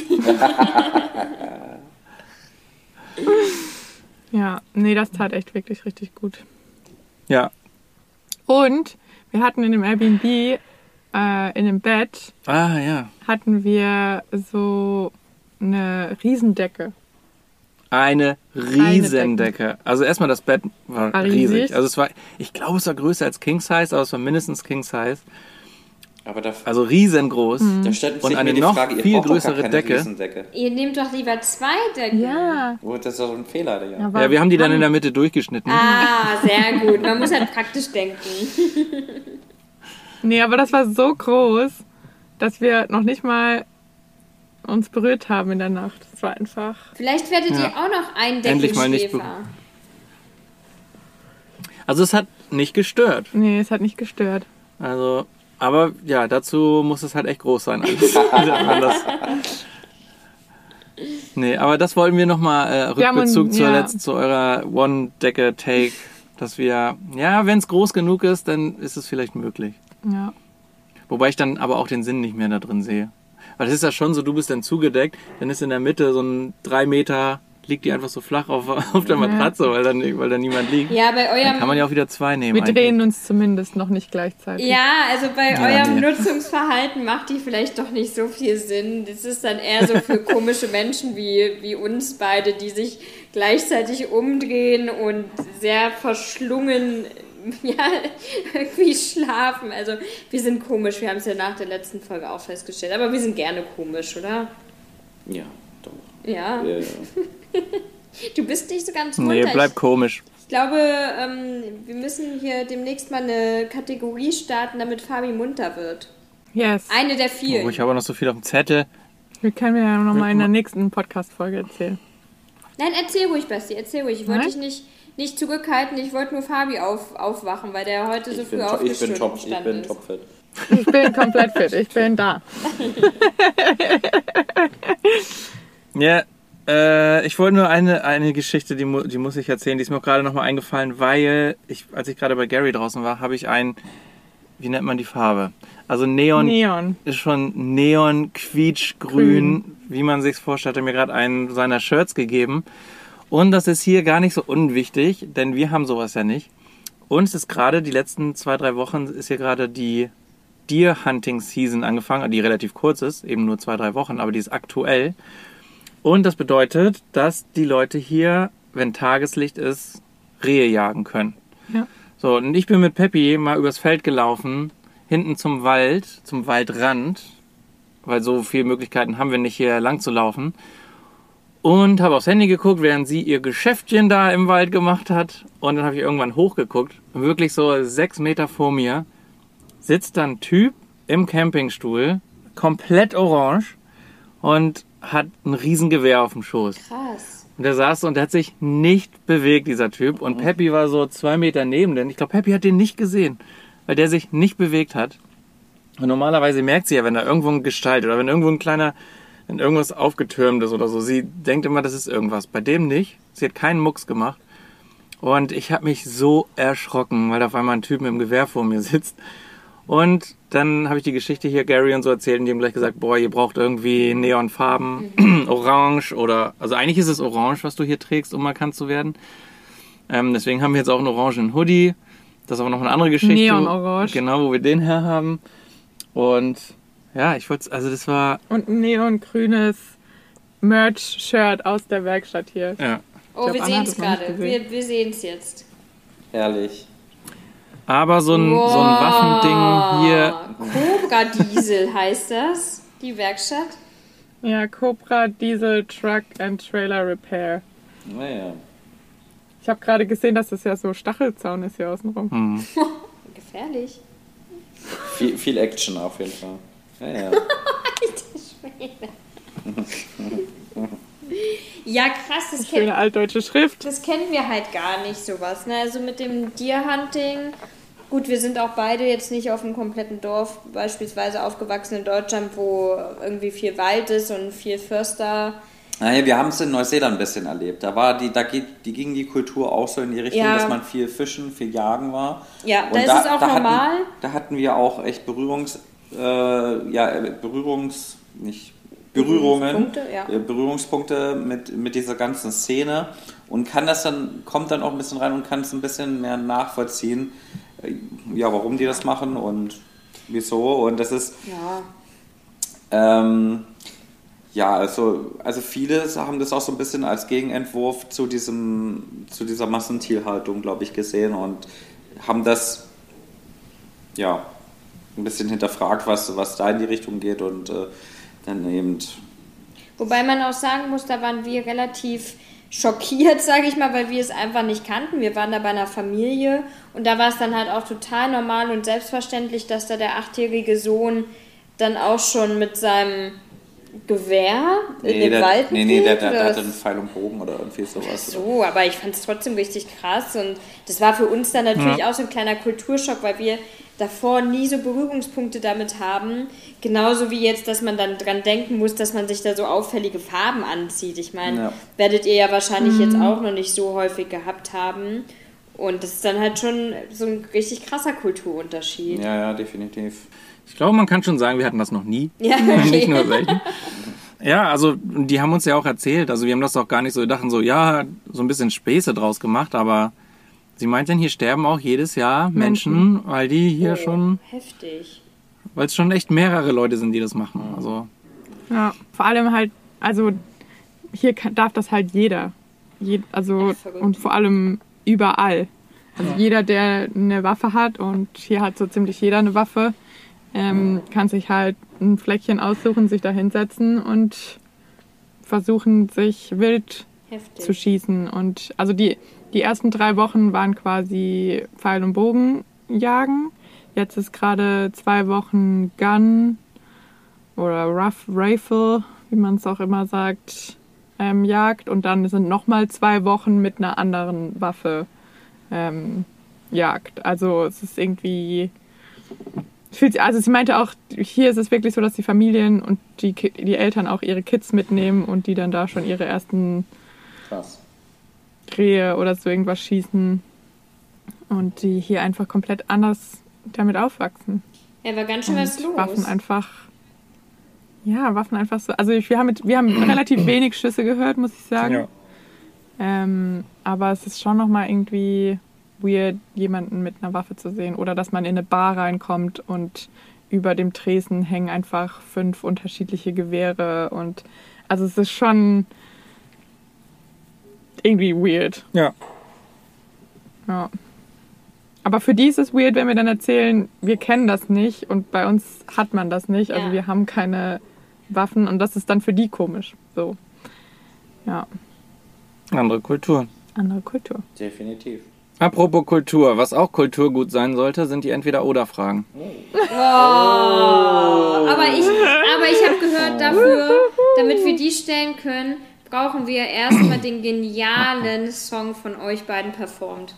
Ja, nee, das tat echt wirklich richtig gut. Ja. Und wir hatten in dem Airbnb, äh, in dem Bett, Ah, ja. hatten wir so eine Riesendecke. Eine Riesendecke. Also erstmal das Bett war, War riesig. riesig. Also es war, ich glaube, es war größer als King Size, aber es war mindestens King Size. Aber da, Also riesengroß. Mhm. da stellt Und sich eine mir die noch Frage, ihr viel braucht doch gar größere keine Decke. Riesendecke. Ihr nehmt doch lieber zwei Decken. Ja. Oh, das ist doch ein Fehler, Digga. aber Ja, wir haben die dann in der Mitte durchgeschnitten. Ah, sehr gut. Man muss halt praktisch denken. Nee, aber das war so groß, dass wir noch nicht mal uns berührt haben in der Nacht. Das war einfach... Vielleicht werdet Ja. ihr auch noch ein Endlich mal nicht Deckenschläfer. Also es hat nicht gestört. Nee, es hat nicht gestört. Also, aber ja, dazu muss es halt echt groß sein. Alles. Anders. Nee, aber das wollten wir nochmal äh, Wir haben Rückbezug uns- zur ja. letzten, zu eurer One-Decke-Take, dass wir, ja, wenn es groß genug ist, dann ist es vielleicht möglich. Ja. Wobei ich dann aber auch den Sinn nicht mehr da drin sehe. Weil das ist ja schon so, du bist dann zugedeckt, dann ist in der Mitte so ein drei Meter, liegt die einfach so flach auf, auf der Matratze, weil dann, weil da niemand liegt. Ja, bei Dann kann man eurem, ja auch wieder zwei nehmen. Wir eigentlich. drehen uns zumindest noch nicht gleichzeitig. ja, also bei Ja, eurem nee. Nutzungsverhalten macht die vielleicht doch nicht so viel Sinn. Das ist dann eher so für komische Menschen wie, wie uns beide, die sich gleichzeitig umdrehen und sehr verschlungen ja, irgendwie schlafen. Also wir sind komisch, wir haben es ja nach der letzten Folge auch festgestellt. Aber wir sind gerne komisch, oder? Ja, doch. Ja. Ja, ja. Du bist nicht so ganz munter. Nee, bleib komisch. Ich glaube, ähm, wir müssen hier demnächst mal eine Kategorie starten, damit Fabi munter wird. Yes. Eine der vielen. Oh, ich habe noch so viel auf dem Zettel. Wir können ja nochmal in der nächsten Podcast-Folge erzählen. Nein, erzähl ruhig, Basti, erzähl ruhig. Ich wollte Nein? dich nicht, nicht zurückhalten, ich wollte nur Fabi auf, aufwachen, weil der heute so Ich früh bin, to- ich bin top, ich aufgestanden bin ist. topfit. Ich bin komplett fit, ich bin da. Ja, äh, ich wollte nur eine, eine Geschichte, die, mu die muss ich erzählen, die ist mir auch gerade nochmal eingefallen, weil ich, als ich gerade bei Gary draußen war, habe ich ein wie nennt man die Farbe? Also Neon, Neon. ist schon Neon, quietschgrün, wie man sich vorstellt, hat mir gerade einen seiner Shirts gegeben. Und das ist hier gar nicht so unwichtig, denn wir haben sowas ja nicht. Uns ist gerade die letzten zwei, drei Wochen ist hier gerade die Deer Hunting Season angefangen, die relativ kurz ist, eben nur zwei, drei Wochen, aber die ist aktuell. Und das bedeutet, dass die Leute hier, wenn Tageslicht ist, Rehe jagen können. Ja. So, und ich bin mit Peppi mal übers Feld gelaufen, hinten zum Wald, zum Waldrand, weil so viele Möglichkeiten haben wir nicht, hier lang zu laufen. Und habe aufs Handy geguckt, während sie ihr Geschäftchen da im Wald gemacht hat. Und dann habe ich irgendwann hochgeguckt. Und wirklich so sechs Meter vor mir sitzt dann ein Typ im Campingstuhl, komplett orange und hat ein Riesengewehr auf dem Schoß. Krass. Und der saß und der hat sich nicht bewegt, dieser Typ. Und Peppi war so zwei Meter neben den. Ich glaube, Peppi hat den nicht gesehen, weil der sich nicht bewegt hat. Und normalerweise merkt sie ja, wenn da irgendwo ein Gestalt oder wenn irgendwo ein kleiner, wenn irgendwas aufgetürmt ist oder so. Sie denkt immer, das ist irgendwas. Bei dem nicht. Sie hat keinen Mucks gemacht. Und ich habe mich so erschrocken, weil da auf einmal ein Typ mit dem Gewehr vor mir sitzt. Und dann habe ich die Geschichte hier Gary und so erzählt und die haben gleich gesagt, boah, ihr braucht irgendwie Neonfarben, mhm. orange oder, also eigentlich ist es orange, was du hier trägst, um markant zu werden. Ähm, deswegen haben wir jetzt auch einen orangen Hoodie. Das ist aber noch eine andere Geschichte. Neon-orange. Genau, wo wir den her haben. Und ja, ich wollte, also das war... Und ein neongrünes Merch-Shirt aus der Werkstatt hier. Ja. Oh, Ich wir glaub, sehen Anna es hat das noch nicht gerade. gesehen. Wir, wir sehen es jetzt. Herrlich. Aber so ein, Wow. so ein Waffending hier... Cobra Diesel heißt das, die Werkstatt. Ja, Cobra Diesel Truck and Trailer Repair. Naja. Ich habe gerade gesehen, dass das ja so Stachelzaun ist hier außenrum. Hm. Gefährlich. Viel, viel Action auf jeden Fall. Ja, ja. Ja, krass, das, Schöne kenn, altdeutsche Schrift. das kennen wir halt gar nicht, sowas. Ne? Also mit dem Deer-Hunting, gut, wir sind auch beide jetzt nicht auf einem kompletten Dorf beispielsweise aufgewachsen in Deutschland, wo irgendwie viel Wald ist und viel Förster. Naja, wir haben es in Neuseeland ein bisschen erlebt. Da war die, da geht, die ging die Kultur auch so in die Richtung, Ja. dass man viel Fischen, viel Jagen war. Ja, Und da ist es auch normal. Hatten, da hatten wir auch echt Berührungs, äh, ja, Berührungs, nicht Berührungen, Berührungspunkte, ja. äh, Berührungspunkte mit, mit dieser ganzen Szene und kann das dann, kommt dann auch ein bisschen rein und kann es ein bisschen mehr nachvollziehen, äh, ja, warum die das machen und wieso. Und das ist, Ja. ähm, ja, also, also viele haben das auch so ein bisschen als Gegenentwurf zu diesem, zu dieser Massentierhaltung, glaube ich, gesehen und haben das, ja, ein bisschen hinterfragt, was, was da in die Richtung geht und äh, dann eben. Wobei man auch sagen muss, da waren wir relativ schockiert, sage ich mal, weil wir es einfach nicht kannten. Wir waren da bei einer Familie und da war es dann halt auch total normal und selbstverständlich, dass da der achtjährige Sohn dann auch schon mit seinem Gewehr in Nee, den der, Wald nee, nee, der, geht, der, der oder hatte was? einen Pfeil und Bogen oder irgendwie sowas. So, aber ich fand es trotzdem richtig krass und das war für uns dann natürlich Ja. auch so ein kleiner Kulturschock, weil wir davor nie so Berührungspunkte damit haben. Genauso wie jetzt, dass man dann dran denken muss, dass man sich da so auffällige Farben anzieht. Ich meine, Ja. werdet ihr ja wahrscheinlich jetzt auch noch nicht so häufig gehabt haben. Und das ist dann halt schon so ein richtig krasser Kulturunterschied. Ja, ja, definitiv. Ich glaube, man kann schon sagen, wir hatten das noch nie. Ja, Nicht okay. nur selten. Ja, also die haben uns ja auch erzählt, also wir haben das auch gar nicht so, wir dachten so, ja, so ein bisschen Späße draus gemacht, aber sie meinten, hier sterben auch jedes Jahr Menschen, weil die hier Oh, schon, heftig. weil es schon echt mehrere Leute sind, die das machen. Also Ja, vor allem halt, also hier kann, darf das halt jeder. Je, also Ja, verrückt. und vor allem überall. Also jeder, der eine Waffe hat und hier hat so ziemlich jeder eine Waffe, ähm, kann sich halt ein Fleckchen aussuchen, sich da hinsetzen und versuchen, sich wild Heftig. zu schießen. Und also die, die ersten drei Wochen waren quasi Pfeil- und Bogenjagen. Jetzt ist gerade zwei Wochen Gun oder Rough Rifle, wie man es auch immer sagt, ähm, Jagd. Und dann sind nochmal zwei Wochen mit einer anderen Waffe ähm, Jagd. Also es ist irgendwie... Fühlt, also sie meinte auch, hier ist es wirklich so, dass die Familien und die, Ki- die Eltern auch ihre Kids mitnehmen und die dann da schon ihre ersten Krass. Rehe oder so irgendwas schießen und die hier einfach komplett anders damit aufwachsen. Ja, war ganz schön was los. Waffen einfach, ja, Waffen einfach so. Also wir haben, mit, wir haben relativ wenig Schüsse gehört, muss ich sagen. Ja. Ähm, aber es ist schon nochmal irgendwie weird, jemanden mit einer Waffe zu sehen. Oder dass man in eine Bar reinkommt und über dem Tresen hängen einfach fünf unterschiedliche Gewehre. Und also es ist schon irgendwie weird. Ja. Ja. Aber für die ist es weird, wenn wir dann erzählen, wir kennen das nicht und bei uns hat man das nicht. Also Ja. wir haben keine Waffen und das ist dann für die komisch. So. Ja, Andere Kultur. andere Kultur. Definitiv. Apropos Kultur, was auch Kulturgut sein sollte, sind die Entweder-Oder-Fragen. Oh. Aber ich, aber ich habe gehört, dafür, damit wir die stellen können, brauchen wir erstmal den genialen Song von euch beiden performt.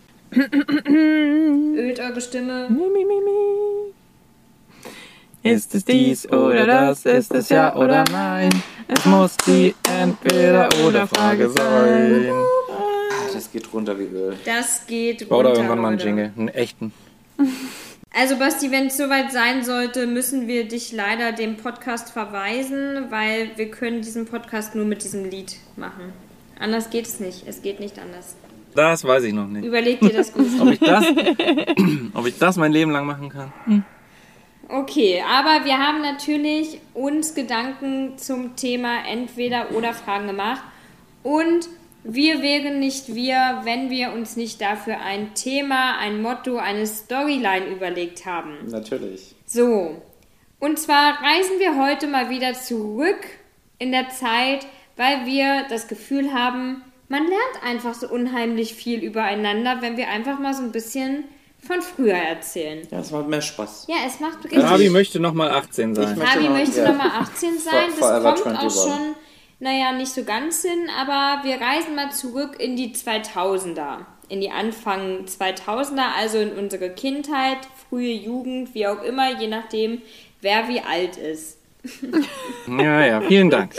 Ölt eure Stimme. Mi, mi, mi, mi. Ist es dies oder das? Ist es ja oder nein? Es muss die Entweder-Oder-Frage sein. Das geht runter wie Öl. Das geht Ich baue da runter, irgendwann mal einen Leute. Jingle, einen echten. Also Basti, wenn es soweit sein sollte, müssen wir dich leider dem Podcast verweisen, weil wir können diesen Podcast nur mit diesem Lied machen. Anders geht es nicht. Es geht nicht anders. Das weiß ich noch nicht. Überleg dir das gut. Ob ich das, ob ich das mein Leben lang machen kann? Okay, aber wir haben natürlich uns Gedanken zum Thema Entweder-Oder-Fragen gemacht. Und wir wären nicht wir, wenn wir uns nicht dafür ein Thema, ein Motto, eine Storyline überlegt haben. Natürlich. So, und zwar reisen wir heute mal wieder zurück in der Zeit, weil wir das Gefühl haben, man lernt einfach so unheimlich viel übereinander, wenn wir einfach mal so ein bisschen von früher erzählen. Ja, es macht mehr Spaß. Ja, es macht richtig... Fabi möchte nochmal achtzehn Ich sein. möchte Fabi noch- möchte ja. nochmal achtzehn sein, For- das forever kommt auch einundzwanzig. schon, naja, nicht so ganz hin, aber wir reisen mal zurück in die zweitausender, in die Anfang zweitausender, also in unsere Kindheit, frühe Jugend, wie auch immer, je nachdem, wer wie alt ist. Ja, ja, vielen Dank.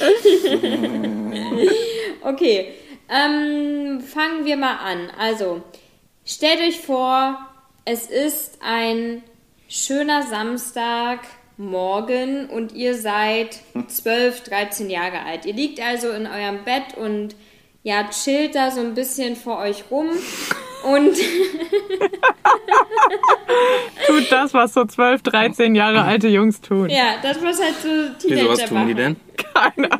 Okay, ähm, fangen wir mal an. Also, stellt euch vor, es ist ein schöner Samstagmorgen und ihr seid zwölf, dreizehn Jahre alt. Ihr liegt also in eurem Bett und ja, chillt da so ein bisschen vor euch rum und Tut das, was so zwölf, dreizehn Jahre alte Jungs tun. ja, das was halt so Wieso, Teenager was tun die machen. denn? Keiner.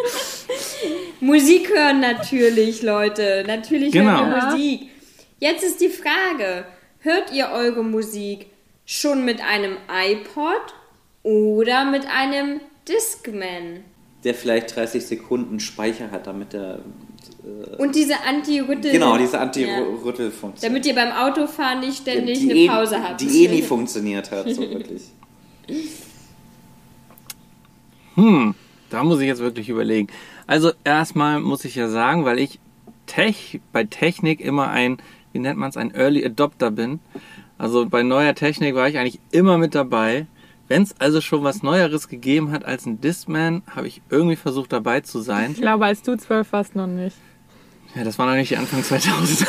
Musik hören natürlich, Leute. Natürlich Genau. hören wir Musik. Jetzt ist die Frage, hört ihr eure Musik schon mit einem iPod oder mit einem Discman? Der vielleicht dreißig Sekunden Speicher hat, damit der... Und diese Anti-Rüttel... Genau, diese Ja. Anti-Rüttel-Funktion. Damit ihr beim Autofahren nicht ständig die eine eh, Pause habt. Die eh nie funktioniert hat, so wirklich. Hm, da muss ich jetzt wirklich überlegen. Also erstmal muss ich ja sagen, weil ich Tech, bei Technik immer ein, wie nennt man es, ein Early Adopter bin. Also bei neuer Technik war ich eigentlich immer mit dabei. Wenn es also schon was Neueres gegeben hat als ein Discman, habe ich irgendwie versucht dabei zu sein. Ich glaube, als du zwölf warst, noch nicht. Ja, das war noch nicht die Anfang zweitausend.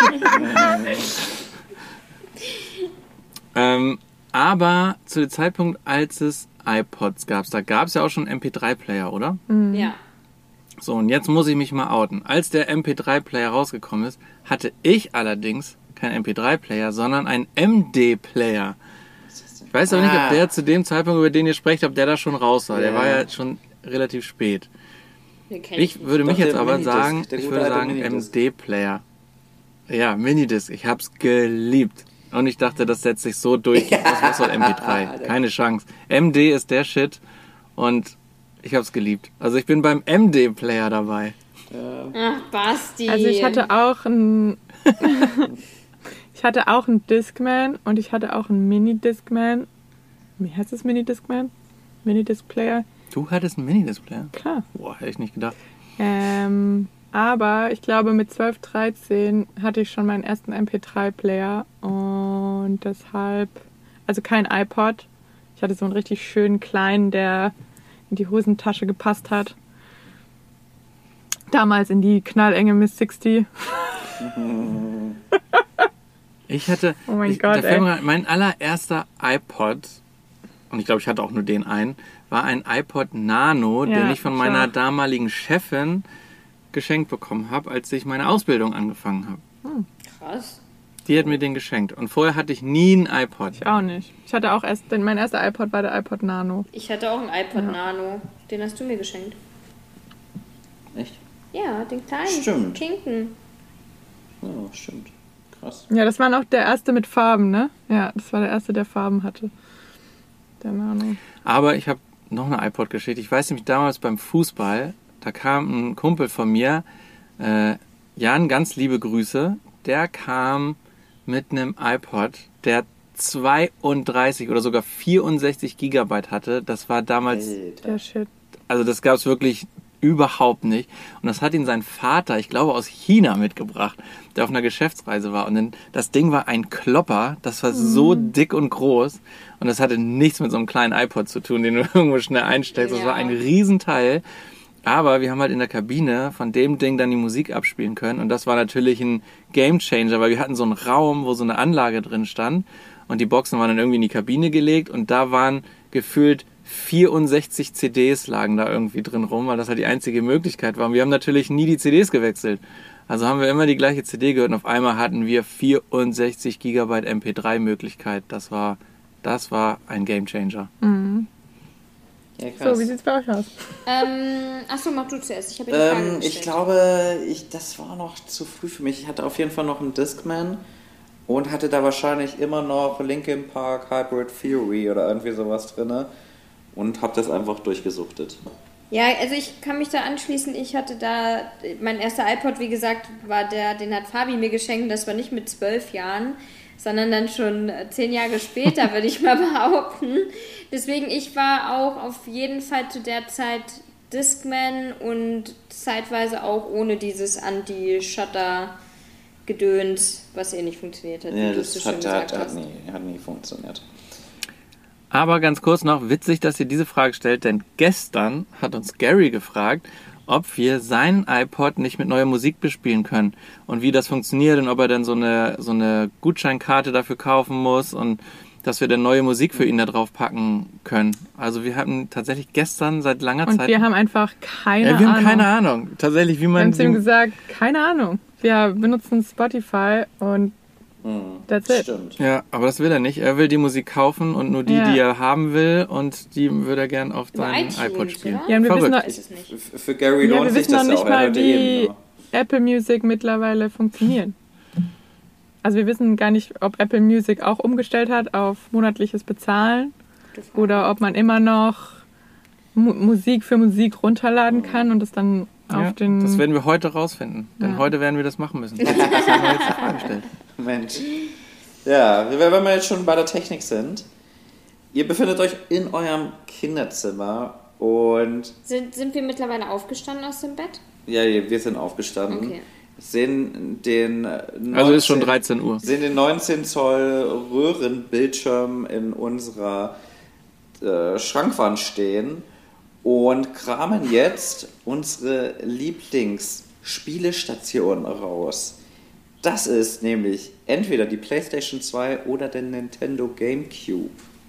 ähm, aber zu dem Zeitpunkt, als es iPods gab, da gab es ja auch schon M P drei Player, oder? Ja. So, und jetzt muss ich mich mal outen. Als der M P drei Player rausgekommen ist, hatte ich allerdings kein M P drei Player, sondern einen M D Player. Ich weiß aber nicht, ob Ah. der zu dem Zeitpunkt, über den ihr sprecht, ob der da schon raus war. Der Ja. war ja schon relativ spät. Wir kennen Ich würde mich Doch, jetzt der aber Minidisc, sagen, der ich gute würde alte sagen M Minidisc. D Player. Ja, Minidisc. Ich hab's geliebt. Und ich dachte, das setzt sich so durch. Das war so M P drei. Keine Chance. M D ist der Shit. Und ich hab's geliebt. Also ich bin beim M D Player dabei. Ach, Basti. Also ich hatte auch ein... ich hatte auch einen Discman und ich hatte auch einen Mini-Discman. Wie heißt das Mini-Discman? Mini-Disc-Player? Du hattest einen Minidisc Player? Klar. Boah, hätte ich nicht gedacht. Ähm, aber ich glaube, mit zwölf, dreizehn hatte ich schon meinen ersten M P drei Player und deshalb, also kein iPod. Ich hatte so einen richtig schönen kleinen, der in die Hosentasche gepasst hat. Damals in die knallenge Miss sechzig. Ich hatte, Oh mein ich, Gott, da fällt ey. mir grad- mein allererster iPod, und ich glaube, ich hatte auch nur den einen, war ein iPod Nano, Ja, den ich von ich meiner auch. damaligen Chefin geschenkt bekommen habe, als ich meine Ausbildung angefangen habe. Krass. Die hat mir den geschenkt. Und vorher hatte ich nie ein iPod. Ich auch nicht. Ich hatte auch erst, denn mein erster iPod war der iPod Nano. Ich hatte auch einen iPod Nano. Den hast du mir geschenkt. Echt? Ja, den kleinen. Stimmt. Pinken. Ja, stimmt. Krass. Ja, das war noch der erste mit Farben, ne? Ja, das war der erste, der Farben hatte. Der Nano. Aber ich habe noch eine iPod-Geschichte. Ich weiß nämlich damals beim Fußball, da kam ein Kumpel von mir, äh, Jan, ganz liebe Grüße, der kam mit einem iPod, der zweiunddreißig oder sogar vierundsechzig Gigabyte hatte. Das war damals, Alter. Der Shit. also das gab es wirklich überhaupt nicht. Und das hat ihn sein Vater, ich glaube aus China mitgebracht, der auf einer Geschäftsreise war. Und dann, das Ding war ein Klopper, das war so dick und groß. Und das hatte nichts mit so einem kleinen iPod zu tun, den du irgendwo schnell einstellst. Das Ja. war ein Riesenteil. Aber wir haben halt in der Kabine von dem Ding dann die Musik abspielen können. Und das war natürlich ein Gamechanger, weil wir hatten so einen Raum, wo so eine Anlage drin stand. Und die Boxen waren dann irgendwie in die Kabine gelegt. Und da waren gefühlt vierundsechzig C Ds lagen da irgendwie drin rum, weil das halt die einzige Möglichkeit war. Und wir haben natürlich nie die C Ds gewechselt. Also haben wir immer die gleiche C D gehört und auf einmal hatten wir vierundsechzig Gigabyte M P drei Möglichkeit. Das war, das war ein Gamechanger. Ja, krass. So, wie sieht's bei euch aus? Ähm, achso, mach du zuerst. Ich habe ja die Frage Ähm, gestellt. ich glaube, ich, das war noch zu früh für mich. Ich hatte auf jeden Fall noch einen Discman und hatte da wahrscheinlich immer noch Linkin Park Hybrid Theory oder irgendwie sowas drin und habe das einfach durchgesuchtet. Ja, also ich kann mich da anschließen. Ich hatte da, mein erster iPod, wie gesagt, war der, den hat Fabi mir geschenkt. Das war nicht mit zwölf Jahren, sondern dann schon zehn Jahre später, würde ich mal behaupten. Deswegen, ich war auch auf jeden Fall zu der Zeit Discman und zeitweise auch ohne dieses Anti-Shutter-Gedöns, was eh nicht funktioniert hat, wie Ja, du es so das schön hat, gesagt hat, hat, hast. nie, hat nie funktioniert. Aber ganz kurz noch, witzig, dass ihr diese Frage stellt, denn gestern hat uns Gary gefragt, ob wir seinen iPod nicht mit neuer Musik bespielen können und wie das funktioniert und ob er dann so eine, so eine Gutscheinkarte dafür kaufen muss und dass wir dann neue Musik für ihn da drauf packen können. Also wir hatten tatsächlich gestern seit langer Und Zeit... wir haben einfach keine ja, wir haben Ahnung. keine Ahnung. Tatsächlich, wie Wir man... haben zu ihm die- gesagt, keine Ahnung. Wir benutzen Spotify und Hm, that's it. stimmt. Ja, aber das will er nicht. Er will die Musik kaufen und nur die, Ja. die er haben will und die würde er gern auf Über seinen iTunes, iPod spielen. oder? Ja, und wir wissen Verrückt. noch, Ist es nicht. F- Für Gary ja, lohnt wir sich wissen das noch ja nicht auch. Er mal, hört ja wie jeden nur. Apple Music mittlerweile funktioniert. Also wir wissen gar nicht, ob Apple Music auch umgestellt hat auf monatliches Bezahlen oder ob man immer noch Mu Musik für Musik runterladen kann und es dann auf Ja, den... das werden wir heute rausfinden, denn Ja. heute werden wir das machen müssen. Das haben wir jetzt die Frage gestellt. Mensch. Ja, wenn wir jetzt schon bei der Technik sind. Ihr befindet euch in eurem Kinderzimmer und Sind, sind wir mittlerweile aufgestanden aus dem Bett? ja, wir sind aufgestanden. Okay. Sehen den neunzehn, Also ist schon dreizehn Uhr. sehen den neunzehn Zoll Röhrenbildschirm in unserer äh, Schrankwand stehen und kramen jetzt unsere Lieblingsspielestation raus. Das ist nämlich entweder die PlayStation zwei oder der Nintendo GameCube.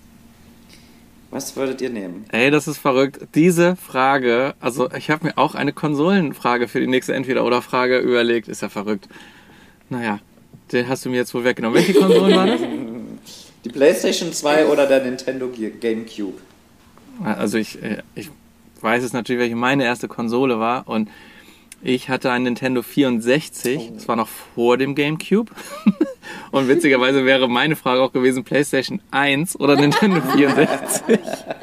Was würdet ihr nehmen? Ey, das ist verrückt. Diese Frage, also ich habe mir auch eine Konsolenfrage für die nächste Entweder-oder-Frage überlegt. Ist ja verrückt. Naja, den hast du mir jetzt wohl weggenommen. Welche Konsolen waren das? Die PlayStation zwei oder der Nintendo Ge- GameCube? Also ich, äh, ich weiß es natürlich, welche meine erste Konsole war und ich hatte einen Nintendo vierundsechzig, das war noch vor dem GameCube. Und witzigerweise wäre meine Frage auch gewesen, PlayStation eins oder Nintendo vierundsechzig.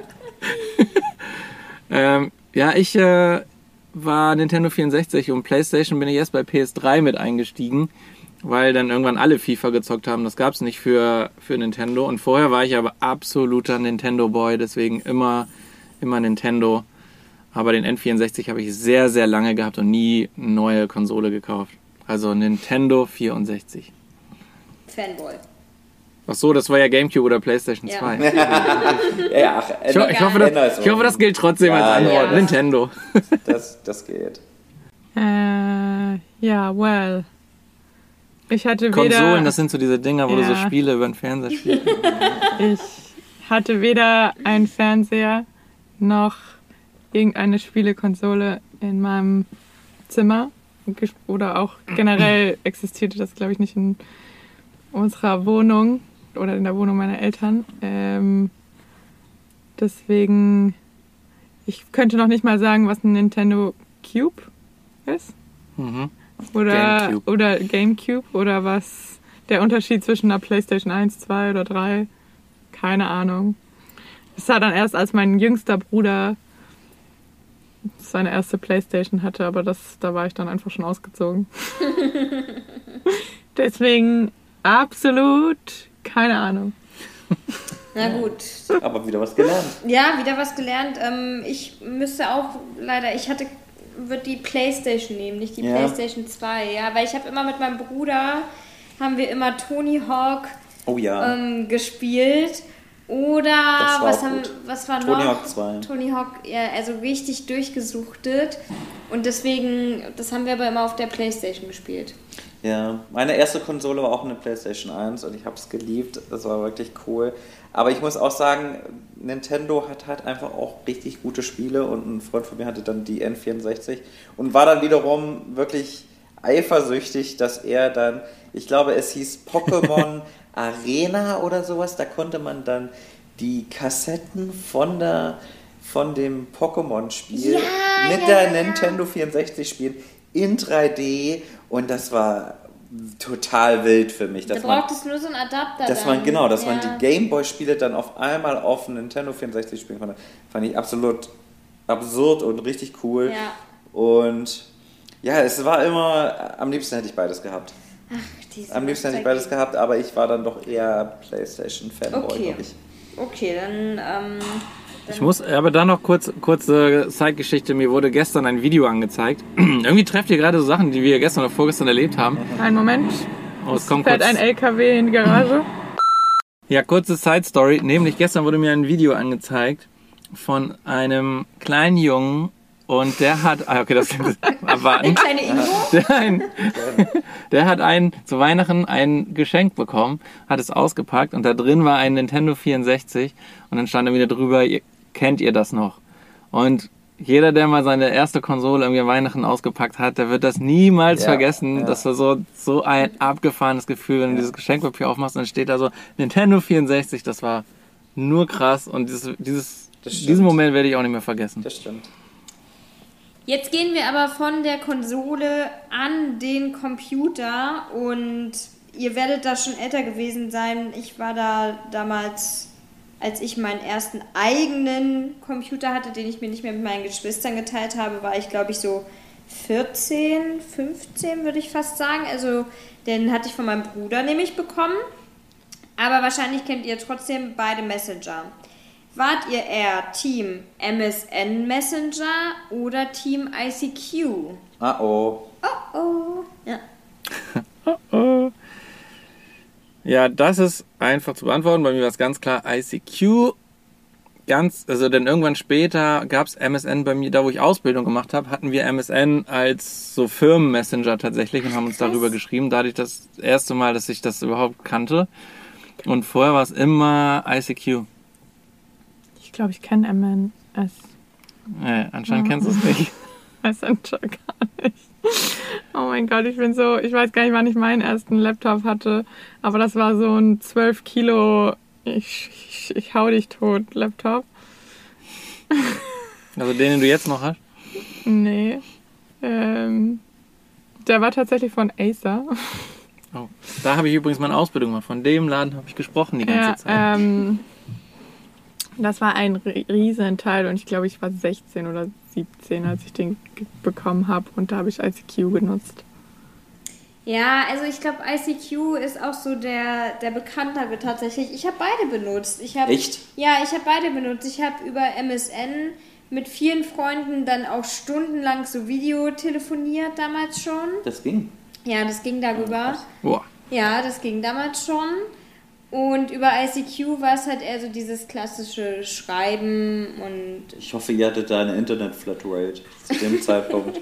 ähm, ja, ich äh, war Nintendo vierundsechzig und PlayStation bin ich erst bei P S drei mit eingestiegen, weil dann irgendwann alle FIFA gezockt haben. Das gab es nicht für, für Nintendo. Und vorher war ich aber absoluter Nintendo-Boy, deswegen immer, immer Nintendo. Aber den N vierundsechzig habe ich sehr, sehr lange gehabt und nie eine neue Konsole gekauft. Also Nintendo vierundsechzig. Fanboy. Ach so, das war ja GameCube oder PlayStation Ja. zwei. Ja, ach, Ich, ho ich, hoffe, das, ich hoffe, das gilt trotzdem Ja, als Antwort. ja. Nintendo. das, das geht. Äh, ja, well. Ich hatte weder, Konsolen, das sind so diese Dinger, wo ja. du so Spiele über den Fernseher spielst. Ich hatte weder einen Fernseher noch irgendeine Spielekonsole in meinem Zimmer. Oder auch generell existierte das, glaube ich, nicht in unserer Wohnung oder in der Wohnung meiner Eltern. Ähm, deswegen, ich könnte noch nicht mal sagen, was ein Nintendo Cube ist. Mhm. Oder Gamecube. oder Gamecube oder was der Unterschied zwischen einer PlayStation eins, zwei oder drei. Keine Ahnung. Das war dann erst, als mein jüngster Bruder seine erste PlayStation hatte, aber das, da war ich dann einfach schon ausgezogen. Deswegen absolut keine Ahnung. Na gut. Aber wieder was gelernt. Ja, wieder was gelernt. Ähm, ich müsste auch leider, ich hatte, würde die Playstation nehmen, nicht die Ja. Playstation zwei. Ja, weil ich habe immer mit meinem Bruder, haben wir immer Tony Hawk Oh ja. ähm, gespielt. Oder Das war was, auch haben, gut. was war Tony noch? Hawk zwei. Tony Hawk, ja, also richtig durchgesuchtet. Und deswegen, das haben wir aber immer auf der Playstation gespielt. Ja, meine erste Konsole war auch eine PlayStation eins und ich habe es geliebt. Das war wirklich cool. Aber ich muss auch sagen, Nintendo hat halt einfach auch richtig gute Spiele und ein Freund von mir hatte dann die N vierundsechzig und war dann wiederum wirklich eifersüchtig, dass er dann, ich glaube es hieß Pokémon Arena oder sowas, da konnte man dann die Kassetten von der von dem Pokémon-Spiel Ja, mit ja, der ja, ja. Nintendo vierundsechzig spielen in drei D und das war total wild für mich. Da Dass man, braucht es nur so einen Adapter. dass dann. man genau, dass ja. man die Gameboy-Spiele dann auf einmal auf dem Nintendo vierundsechzig spielen konnte, fand ich absolut absurd und richtig cool. Ja. Und ja, es war immer, am liebsten hätte ich beides gehabt. Ach, diese Am liebsten hätte ich Nostalgie. beides gehabt, aber ich war dann doch eher PlayStation-Fanboy, Okay. glaube ich. Okay, dann, ähm, dann Ich muss aber dann noch kurz kurze Zeitgeschichte. Mir wurde gestern ein Video angezeigt. Irgendwie trefft ihr gerade so Sachen, die wir gestern oder vorgestern erlebt haben. Einen Moment. Oh, es kommt Fährt kurz. ein L K W in die Garage. Ja, kurze Side Story. Nämlich gestern wurde mir ein Video angezeigt von einem kleinen Jungen und der hat, ah, okay, das erwarten. eine kleine Info. Der, ein, der hat ein, zu Weihnachten ein Geschenk bekommen, hat es ausgepackt und da drin war ein Nintendo vierundsechzig und dann stand da wieder drüber, ihr, kennt ihr das noch? Und jeder, der mal seine erste Konsole irgendwie an Weihnachten ausgepackt hat, der wird das niemals Ja, vergessen. ja. Das war so, so ein abgefahrenes Gefühl, wenn du dieses Geschenkpapier aufmachst und dann steht da so Nintendo vierundsechzig, das war nur krass und dieses, dieses, Das stimmt. diesen Moment werde ich auch nicht mehr vergessen. Das stimmt. Jetzt gehen wir aber von der Konsole an den Computer und ihr werdet da schon älter gewesen sein. Ich war da damals, als ich meinen ersten eigenen Computer hatte, den ich mir nicht mehr mit meinen Geschwistern geteilt habe, war ich, glaube ich, so vierzehn, fünfzehn würde ich fast sagen. Also den hatte ich von meinem Bruder nämlich bekommen. Aber wahrscheinlich kennt ihr trotzdem beide Messenger. Wart ihr eher Team M S N Messenger oder Team I C Q? Ah oh. Oh oh. Ja. Ja, das ist einfach zu beantworten. Bei mir war es ganz klar I C Q. Ganz, also denn irgendwann später gab es M S N bei mir, da wo ich Ausbildung gemacht habe, hatten wir M S N als so Firmenmessenger tatsächlich und haben uns darüber geschrieben. Dadurch das erste Mal, dass ich das überhaupt kannte. Und vorher war es immer I C Q. Ich glaube, ich kenne M N S. Nee, anscheinend kennst du es nicht. Messenger gar nicht. Oh mein Gott, ich bin so, ich weiß gar nicht, wann ich meinen ersten Laptop hatte, aber das war so ein zwölf Kilo, ich, ich, ich hau dich tot Laptop. Also den, den du jetzt noch hast? Nee. Ähm, der war tatsächlich von Acer. Oh. Da habe ich übrigens meine Ausbildung gemacht. Von dem Laden habe ich gesprochen die ganze Ja, Zeit. ähm, das war ein riesen Teil und ich glaube, ich war sechzehn oder siebzehn, als ich den ge- bekommen habe und da habe ich I C Q genutzt. Ja, also ich glaube, I C Q ist auch so der, der bekanntere tatsächlich. Ich habe beide benutzt. Ich hab, Echt? Ja, ich habe beide benutzt. Ich habe über M S N mit vielen Freunden dann auch stundenlang so Video telefoniert damals schon. Das ging. Ja, das ging darüber. Boah. Ja, das ging damals schon. Und über I C Q war es halt eher so dieses klassische Schreiben und Ich hoffe, ihr hattet da eine Internet-Flatrate zu dem Zeitpunkt.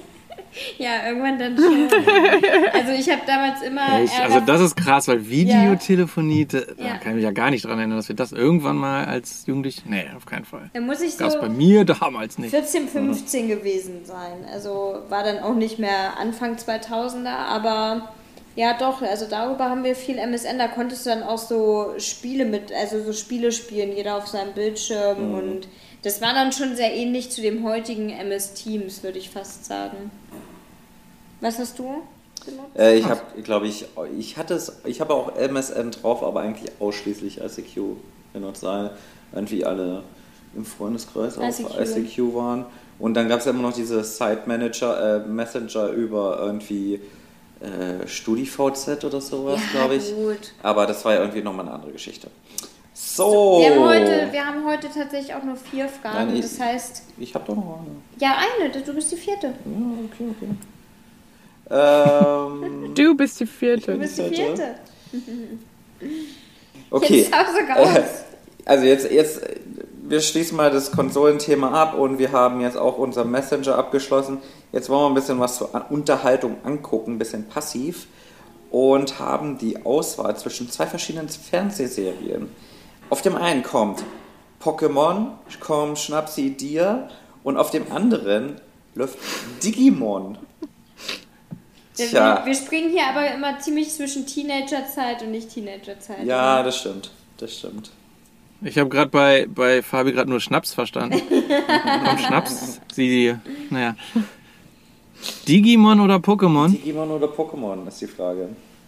Ja, irgendwann dann schon. Also ich habe damals immer... Ich, also das ist krass, weil Videotelefonie, da Ja. kann ich mich ja gar nicht dran erinnern, dass wir das irgendwann mal als Jugendliche... Nee, auf keinen Fall. Da muss ich so Gab's bei mir damals nicht. vierzehn, fünfzehn gewesen sein. Also war dann auch nicht mehr Anfang zweitausender, aber ja doch, also darüber haben wir viel M S N. Da konntest du dann auch so Spiele mit, also so Spiele spielen, jeder auf seinem Bildschirm Mhm. und das war dann schon sehr ähnlich zu dem heutigen M S Teams, würde ich fast sagen. Was hast du benutzt? Äh, ich habe, glaube ich, ich hatte es, ich habe auch M S N drauf, aber eigentlich ausschließlich I C Q benutzt, weil irgendwie alle im Freundeskreis auf I C Q. I C Q waren. Und dann gab es ja immer noch diese Site Manager, äh, Messenger über irgendwie äh, StudiVZ oder sowas, Ja, glaube ich. gut. Aber das war ja irgendwie nochmal eine andere Geschichte. So. Wir haben, heute, wir haben heute tatsächlich auch nur vier Fragen, Nein, ich- das heißt, Ich habe doch noch eine. ja eine, du bist die vierte. Ja, okay, okay. ähm, Du bist die vierte. Du bist die Vierte. vierte. okay. Jetzt hau sogar aus. Äh, also jetzt, jetzt, wir schließen mal das Konsolenthema ab und wir haben jetzt auch unser Messenger abgeschlossen. Jetzt wollen wir ein bisschen was zur An- Unterhaltung angucken, ein bisschen passiv und haben die Auswahl zwischen zwei verschiedenen Fernsehserien. Auf dem einen kommt Pokémon, komm Schnapsi dir und auf dem anderen läuft Digimon. Tja. Wir, wir springen hier aber immer ziemlich zwischen Teenagerzeit und nicht Teenagerzeit. Ja, das stimmt. Das stimmt. Ich habe gerade bei, bei Fabi gerade nur Schnaps verstanden. Komm, Schnaps. Sie, naja. Digimon oder Pokémon? Digimon oder Pokémon ist die Frage.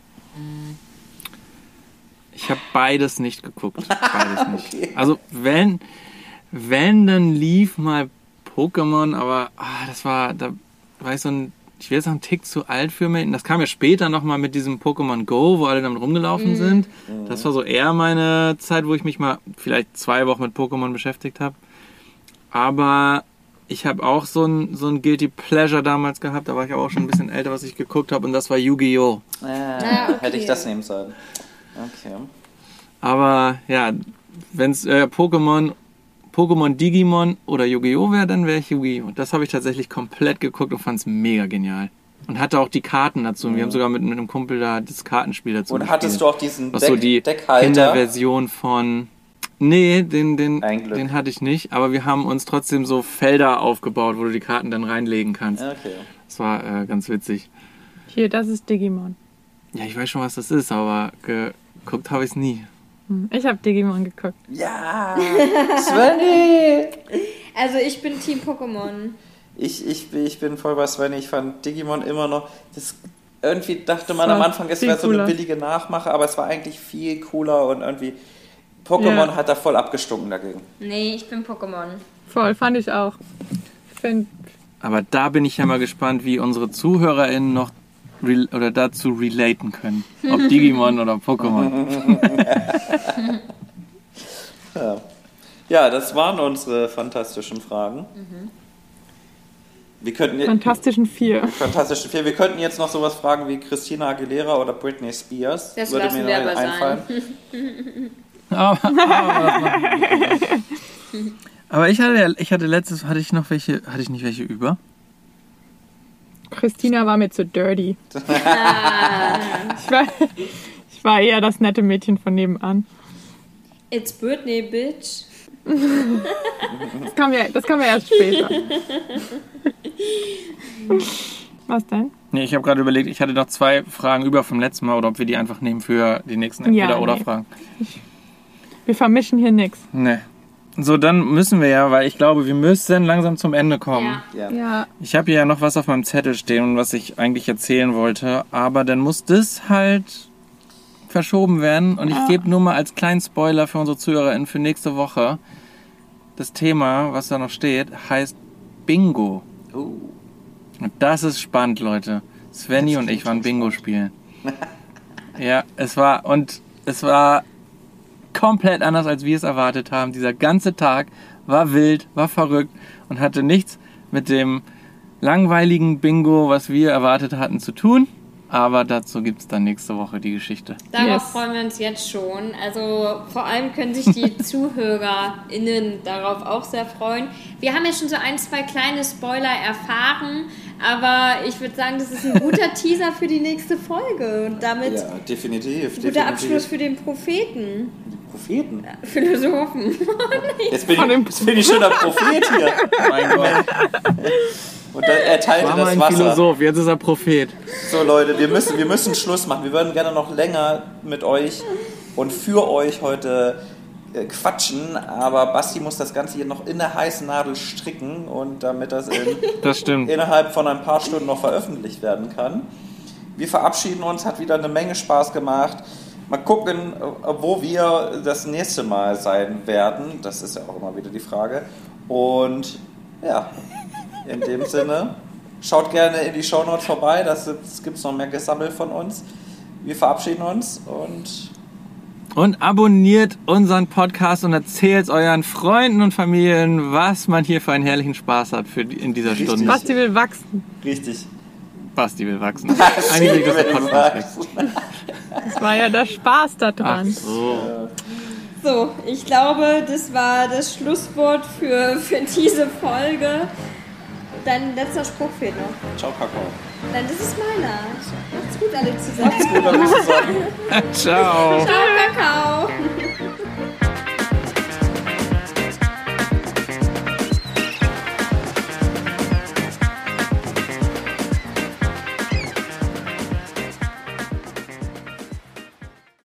Ich habe beides nicht geguckt. Beides nicht. Also wenn, wenn, dann lief mal Pokémon, aber ah, das war, da war ich so ein, ich will jetzt sagen, einen Tick zu alt für mich. Und das kam ja später nochmal mit diesem Pokémon Go, wo alle damit rumgelaufen sind. Das war so eher meine Zeit, wo ich mich mal vielleicht zwei Wochen mit Pokémon beschäftigt habe. Aber ich habe auch so ein, so ein Guilty Pleasure damals gehabt. Da war ich auch schon ein bisschen älter, was ich geguckt habe. Und das war Yu-Gi-Oh! Äh, Ah, okay. Hätte ich das nehmen sollen. Okay. Aber ja, wenn es äh, Pokémon, Pokémon Digimon oder Yu-Gi-Oh! Wäre, dann wäre ich Yu-Gi-Oh! Das habe ich tatsächlich komplett geguckt und fand es mega genial. Und hatte auch die Karten dazu. Und wir haben sogar mit, mit einem Kumpel da das Kartenspiel dazu Und gespielt. hattest du auch diesen Was Deck, so die Deckhalter? Kinderversion von... Nee, den, den, Ein Glück. den hatte ich nicht. Aber wir haben uns trotzdem so Felder aufgebaut, wo du die Karten dann reinlegen kannst. Okay. Das war äh, ganz witzig. Hier, das ist Digimon. Ja, ich weiß schon, was das ist, aber geguckt habe ich es nie. Hm, Ich habe Digimon geguckt. Ja, Svenny! Also ich bin Team Pokémon. Ich, ich, bin- ich bin voll bei Svenny. Ich fand Digimon immer noch... Das, irgendwie dachte man Das am war Anfang, es viel wäre so eine cooler. billige Nachmache, aber es war eigentlich viel cooler und irgendwie... Pokémon Ja. hat da voll abgestunken dagegen. Nee, ich bin Pokémon. Voll, fand ich auch. Ich find, Aber da bin ich ja mal gespannt, wie unsere ZuhörerInnen noch re oder dazu relaten können. Ob Digimon oder Pokémon. Ja. ja, das waren unsere fantastischen Fragen. Wir könnten je- Fantastischen Vier. Fantastischen vier. Wir könnten jetzt noch sowas fragen wie Christina Aguilera oder Britney Spears. Das Würde lassen mir wir noch aber sein. einfallen. Aber, aber, aber ich hatte ja, ich hatte letztes, hatte ich noch welche, hatte ich nicht welche über? Christina war mir zu dirty. ich, war, ich war eher das nette Mädchen von nebenan. It's Britney, bitch. Das kam ja, das kam ja erst später. Was denn? Nee, ich habe gerade überlegt, ich hatte noch zwei Fragen über vom letzten Mal oder ob wir die einfach nehmen für die nächsten Ja, Entweder-Oder-Fragen. Wir vermischen hier nichts. Nee. So, dann müssen wir ja, weil ich glaube, wir müssen langsam zum Ende kommen. Ja. Ja. Ja, Ich habe hier ja noch was auf meinem Zettel stehen und was ich eigentlich erzählen wollte, aber dann muss das halt verschoben werden und ich gebe nur mal als kleinen Spoiler für unsere ZuhörerInnen für nächste Woche. Das Thema, was da noch steht, heißt Bingo. Uh, Und das ist spannend, Leute. Svenny und ich waren Bingo spielen. Ja, es war, und es war komplett anders, als wir es erwartet haben. Dieser ganze Tag war wild, war verrückt und hatte nichts mit dem langweiligen Bingo, was wir erwartet hatten, zu tun. Aber dazu gibt es dann nächste Woche die Geschichte. Darauf Yes. freuen wir uns jetzt schon. Also vor allem können sich die ZuhörerInnen darauf auch sehr freuen. Wir haben ja schon so ein, zwei kleine Spoiler erfahren, Aber ich würde sagen, das ist ein guter Teaser für die nächste Folge. Und damit ja, definitiv. guter definitiv. Abschluss für den Propheten. Propheten? Philosophen. Jetzt bin, ich, jetzt bin ich schon der Prophet hier. Mein Gott. Und er teilte War mal das ein Wasser. Philosoph, jetzt ist er Prophet. So Leute, wir müssen, wir müssen Schluss machen. Wir würden gerne noch länger mit euch und für euch heute äh, quatschen, aber Basti muss das Ganze hier noch in der heißen Nadel stricken und damit das, in, Das stimmt. innerhalb von ein paar Stunden noch veröffentlicht werden kann. Wir verabschieden uns, hat wieder eine Menge Spaß gemacht. Mal gucken, wo wir das nächste Mal sein werden. Das ist ja auch immer wieder die Frage. Und ja, in dem Sinne, schaut gerne in die Shownotes vorbei. Da gibt es noch mehr Gesammel von uns. Wir verabschieden uns und... Und abonniert unseren Podcast und erzählt euren Freunden und Familien, was man hier für einen herrlichen Spaß hat für die, in dieser Richtig. Stunde. Basti will wachsen. Richtig. Basti will wachsen. Eigentlich will ich das Podcast wechseln. Das war ja der Spaß da Ach dran. so. So, ich glaube, das war das Schlusswort für, für diese Folge. Dein letzter Spruch fehlt noch. Ciao, Kakao. Nein, das ist meiner. Macht's gut alle zusammen. Macht's gut, alle zusammen. Ciao. Ciao, Kakao.